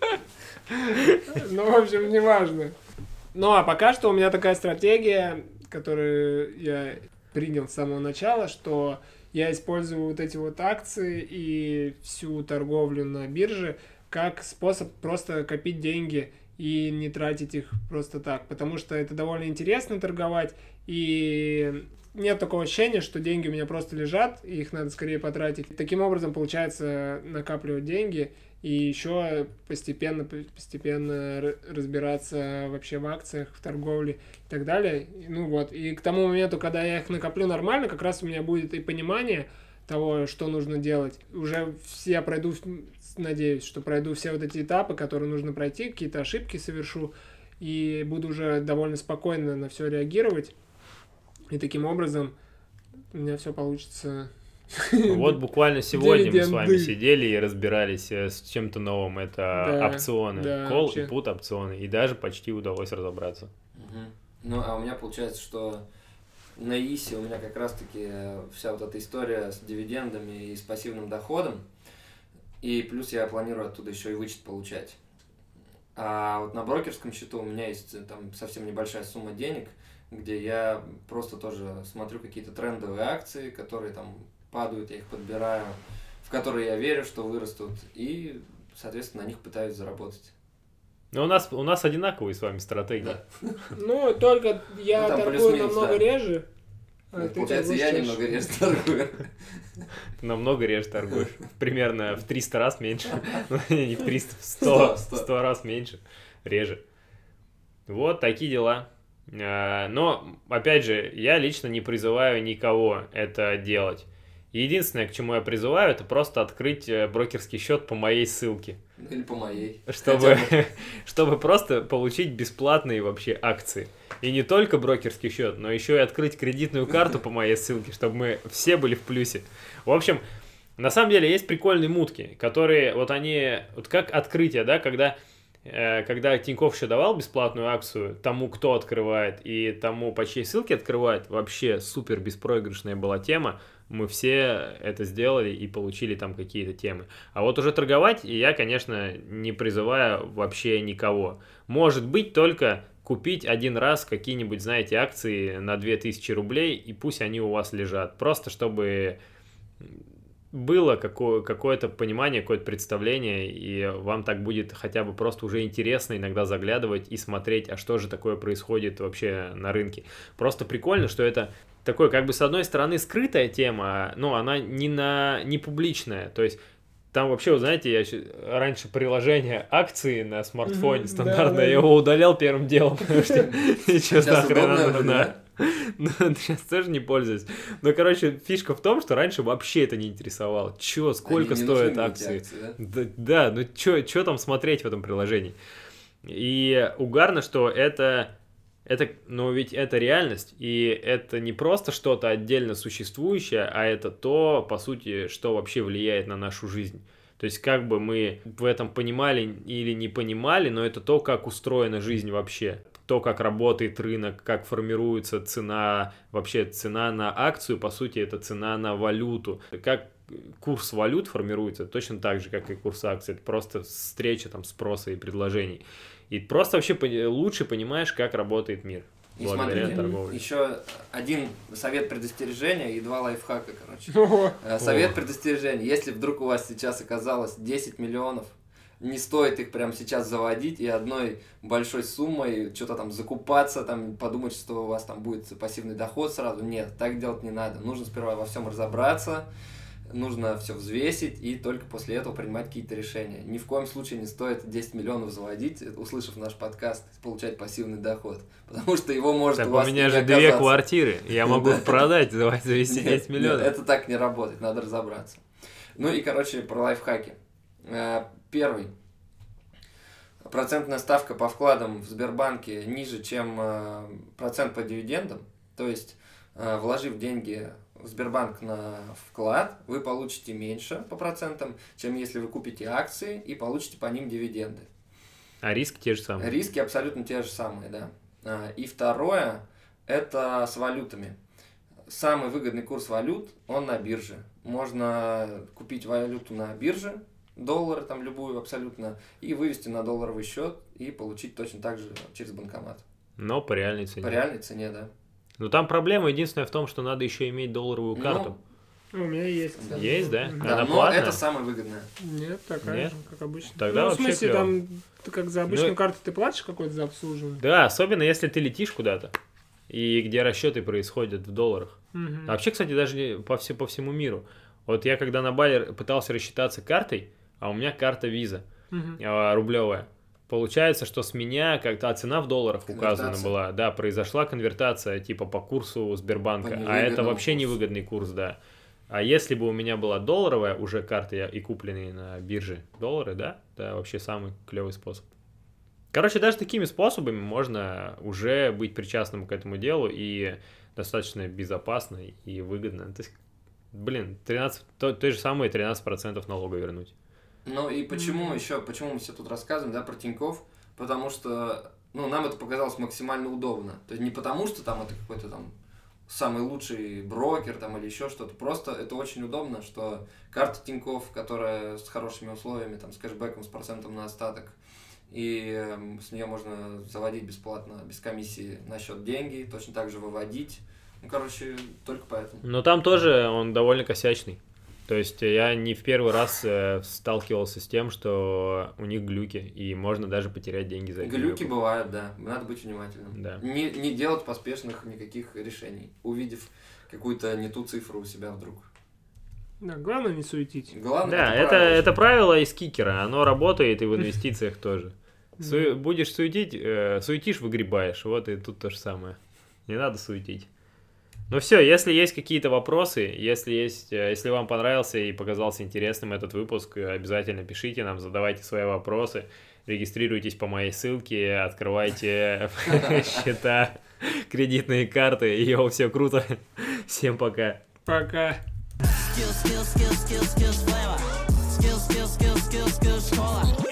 Ну, в общем, неважно. Ну, а пока что у меня такая стратегия, которую я принял с самого начала, что я использую вот эти вот акции и всю торговлю на бирже как способ просто копить деньги и не тратить их просто так, потому что это довольно интересно торговать, и нет такого ощущения, что деньги у меня просто лежат, и их надо скорее потратить. Таким образом, получается накапливать деньги и еще постепенно, постепенно разбираться вообще в акциях, в торговле и так далее. Ну вот, и к тому моменту, когда я их накоплю нормально, как раз у меня будет и понимание того, что нужно делать. Уже все я пройду, надеюсь, что пройду все вот эти этапы, которые нужно пройти, какие-то ошибки совершу, и буду уже довольно спокойно на все реагировать. И таким образом у меня все получится.
Вот буквально сегодня мы с вами
Дивиденды.
сидели и разбирались э, с чем-то новым. Это
Да,
опционы,
да,
кол
вообще.
и пут опционы. И даже почти удалось разобраться.
Мгм. Ну, а у меня получается, что на ИСе у меня как раз-таки вся вот эта история с дивидендами и с пассивным доходом. И плюс я планирую оттуда еще и вычет получать. А вот на брокерском счету у меня есть э, там совсем небольшая сумма денег, где я просто тоже смотрю какие-то трендовые акции, которые там падают, я их подбираю, в которые я верю, что вырастут, и, соответственно, на них пытаюсь заработать.
Но у нас, у нас одинаковые с вами стратегии.
Да.
Ну, только я
Ну, там
торгую
плюс-минус,
намного
да.
реже. а
Ну,
ты
получается,
торгуешь
я
чаще.
немного реже торгую.
Ты намного реже торгуешь. Примерно в триста раз меньше. Ну, не в триста, в
Сто,
сто,
сто.
сто раз меньше. Реже. Вот такие дела. А, Но, опять же, я лично не призываю никого это делать. Единственное, к чему я призываю, это просто открыть э, брокерский счет по моей ссылке.
Ну, или по моей.
Чтобы,
Хотя бы.
чтобы просто получить бесплатные вообще акции. И не только брокерский счет, но еще и открыть кредитную карту по моей ссылке, чтобы мы все были в плюсе. В общем, на самом деле есть прикольные мутки, которые вот они, вот как открытие, да, когда, э, когда Тинькофф еще давал бесплатную акцию тому, кто открывает, и тому, по чьей ссылке открывает, вообще супер беспроигрышная была тема. Мы все это сделали и получили там какие-то темы. А вот уже торговать я, конечно, не призываю вообще никого. Может быть, только купить один раз какие-нибудь, знаете, акции на две тысячи рублей, и пусть они у вас лежат. Просто чтобы было какое- какое-то понимание, какое-то представление, и вам так будет хотя бы просто уже интересно иногда заглядывать и смотреть, а что же такое происходит вообще на рынке. Просто прикольно, что это такой, как бы, с одной стороны, скрытая тема, но она не, на, не публичная. То есть там вообще, вы знаете, я щ- раньше приложение акции на смартфоне
Мгм,
стандартное,
да, да.
я его удалял первым делом, потому что ничего
Сейчас
нахрен
удобно
надо,
вроде,
да.
да?
Ну, сейчас тоже не пользуюсь. Но, короче, фишка в том, что раньше вообще это не интересовало. Чё, сколько
Они не
стоят
нужны мне эти
акции?
акции, да?
Да, да, ну чё, чё там смотреть в этом приложении? И угарно, что это, это, ну ведь это реальность, и это не просто что-то отдельно существующее, а это то, по сути, что вообще влияет на нашу жизнь. То есть как бы мы в этом понимали или не понимали, но это то, как устроена жизнь вообще. То, как работает рынок, как формируется цена, вообще цена на акцию, по сути, это цена на валюту. Как курс валют формируется, точно так же, как и курс акций. Это просто встреча там спроса и предложений. И просто вообще пони- лучше понимаешь, как работает мир.
И
Благодаря
смотрите,
торговле.
еще один совет предостережения и два лайфхака, короче.
Ого.
Э, Совет
О.
предостережения. Если вдруг у вас сейчас оказалось десять миллионов, не стоит их прямо сейчас заводить и одной большой суммой что-то там закупаться, там подумать, что у вас там будет пассивный доход сразу. Нет, так делать не надо. Нужно сперва во всем разобраться, нужно все взвесить и только после этого принимать какие-то решения. Ни в коем случае не стоит десять миллионов заводить, услышав наш подкаст, получать пассивный доход, потому что его может
Так
у
у
вас
меня
и
же
не
две
оказаться.
квартиры, я могу
Да.
их продать, давай завести
Нет,
десять миллионов.
нет, это так не работает, надо разобраться. Ну и, короче, про лайфхаки. Э, Первый. Процентная ставка по вкладам в Сбербанке ниже, чем э, процент по дивидендам. То есть, э, вложив деньги в Сбербанк на вклад, вы получите меньше по процентам, чем если вы купите акции и получите по ним дивиденды.
А риски те же самые.
Риски абсолютно те же самые, да. А, И второе, это с валютами. Самый выгодный курс валют, он на бирже. Можно купить валюту на бирже, доллары там любую абсолютно, и вывести на долларовый счет и получить точно так же через банкомат.
Но по реальной цене.
По реальной цене, да.
Но там проблема единственная в том, что надо еще иметь долларовую
Ну,
карту.
У меня есть.
Да.
Есть, да?
Мгм.
Да,
Она
но
платная?
это самое выгодное.
Нет, такая
Нет?
же, как обычно.
Тогда
ну, в
вообще
смысле,
клёво.
там, ты как за обычную
Ну,
карту ты платишь какой-то за обслуживание?
Да, особенно если ты летишь куда-то, и где расчеты происходят в долларах.
Мгм.
А вообще, кстати, даже не по, все, по всему миру. Вот я когда на Бали пытался рассчитаться картой, а у меня карта виза
Мгм.
а, рублевая. Получается, что с меня как-то а цена в долларах указана
Конвертация.
была. Да, произошла конвертация типа по курсу Сбербанка.
По
А это
невыгодному
вообще
курсу.
невыгодный курс, да. А если бы у меня была долларовая уже карта я- и купленные на бирже доллары, да, это вообще самый клевый способ. Короче, даже такими способами можно уже быть причастным к этому делу и достаточно безопасно и выгодно. То есть, блин, тринадцать, то, то же самое тринадцать процентов налога вернуть.
Ну и почему
Мгм.
еще, почему мы все тут рассказываем, да, про Тинькофф? Потому что, ну, нам это показалось максимально удобно. То есть не потому, что там это какой-то там самый лучший брокер там или еще что-то. Просто это очень удобно, что карта Тинькофф, которая с хорошими условиями, там, с кэшбэком, с процентом на остаток, и эм, с нее можно заводить бесплатно, без комиссии на счет деньги, точно так же выводить. Ну, короче, только поэтому.
Но там тоже он довольно косячный. То есть я не в первый раз э, сталкивался с тем, что у них глюки, и можно даже потерять деньги за эти
Глюки
глюки.
бывают, да. Надо быть внимательным.
Да.
Не, не делать поспешных никаких решений, увидев какую-то не ту цифру у себя вдруг.
Да, главное не суетить.
Главное,
Да, это,
правило.
это правило из кикера, оно работает и в инвестициях тоже. Су-
Да.
Будешь суетить, э, суетишь, выгребаешь, вот и тут то же самое. Не надо суетить. Ну все, если есть какие-то вопросы, если есть, э, если вам понравился и показался интересным этот выпуск, э, обязательно пишите нам, задавайте свои вопросы, регистрируйтесь по моей ссылке, открывайте счета, кредитные карты, и все круто. Всем пока.
Пока.
Skills, skills, skills, skills, skills, flavor. Skills, skills, skills, skills, skills, школа.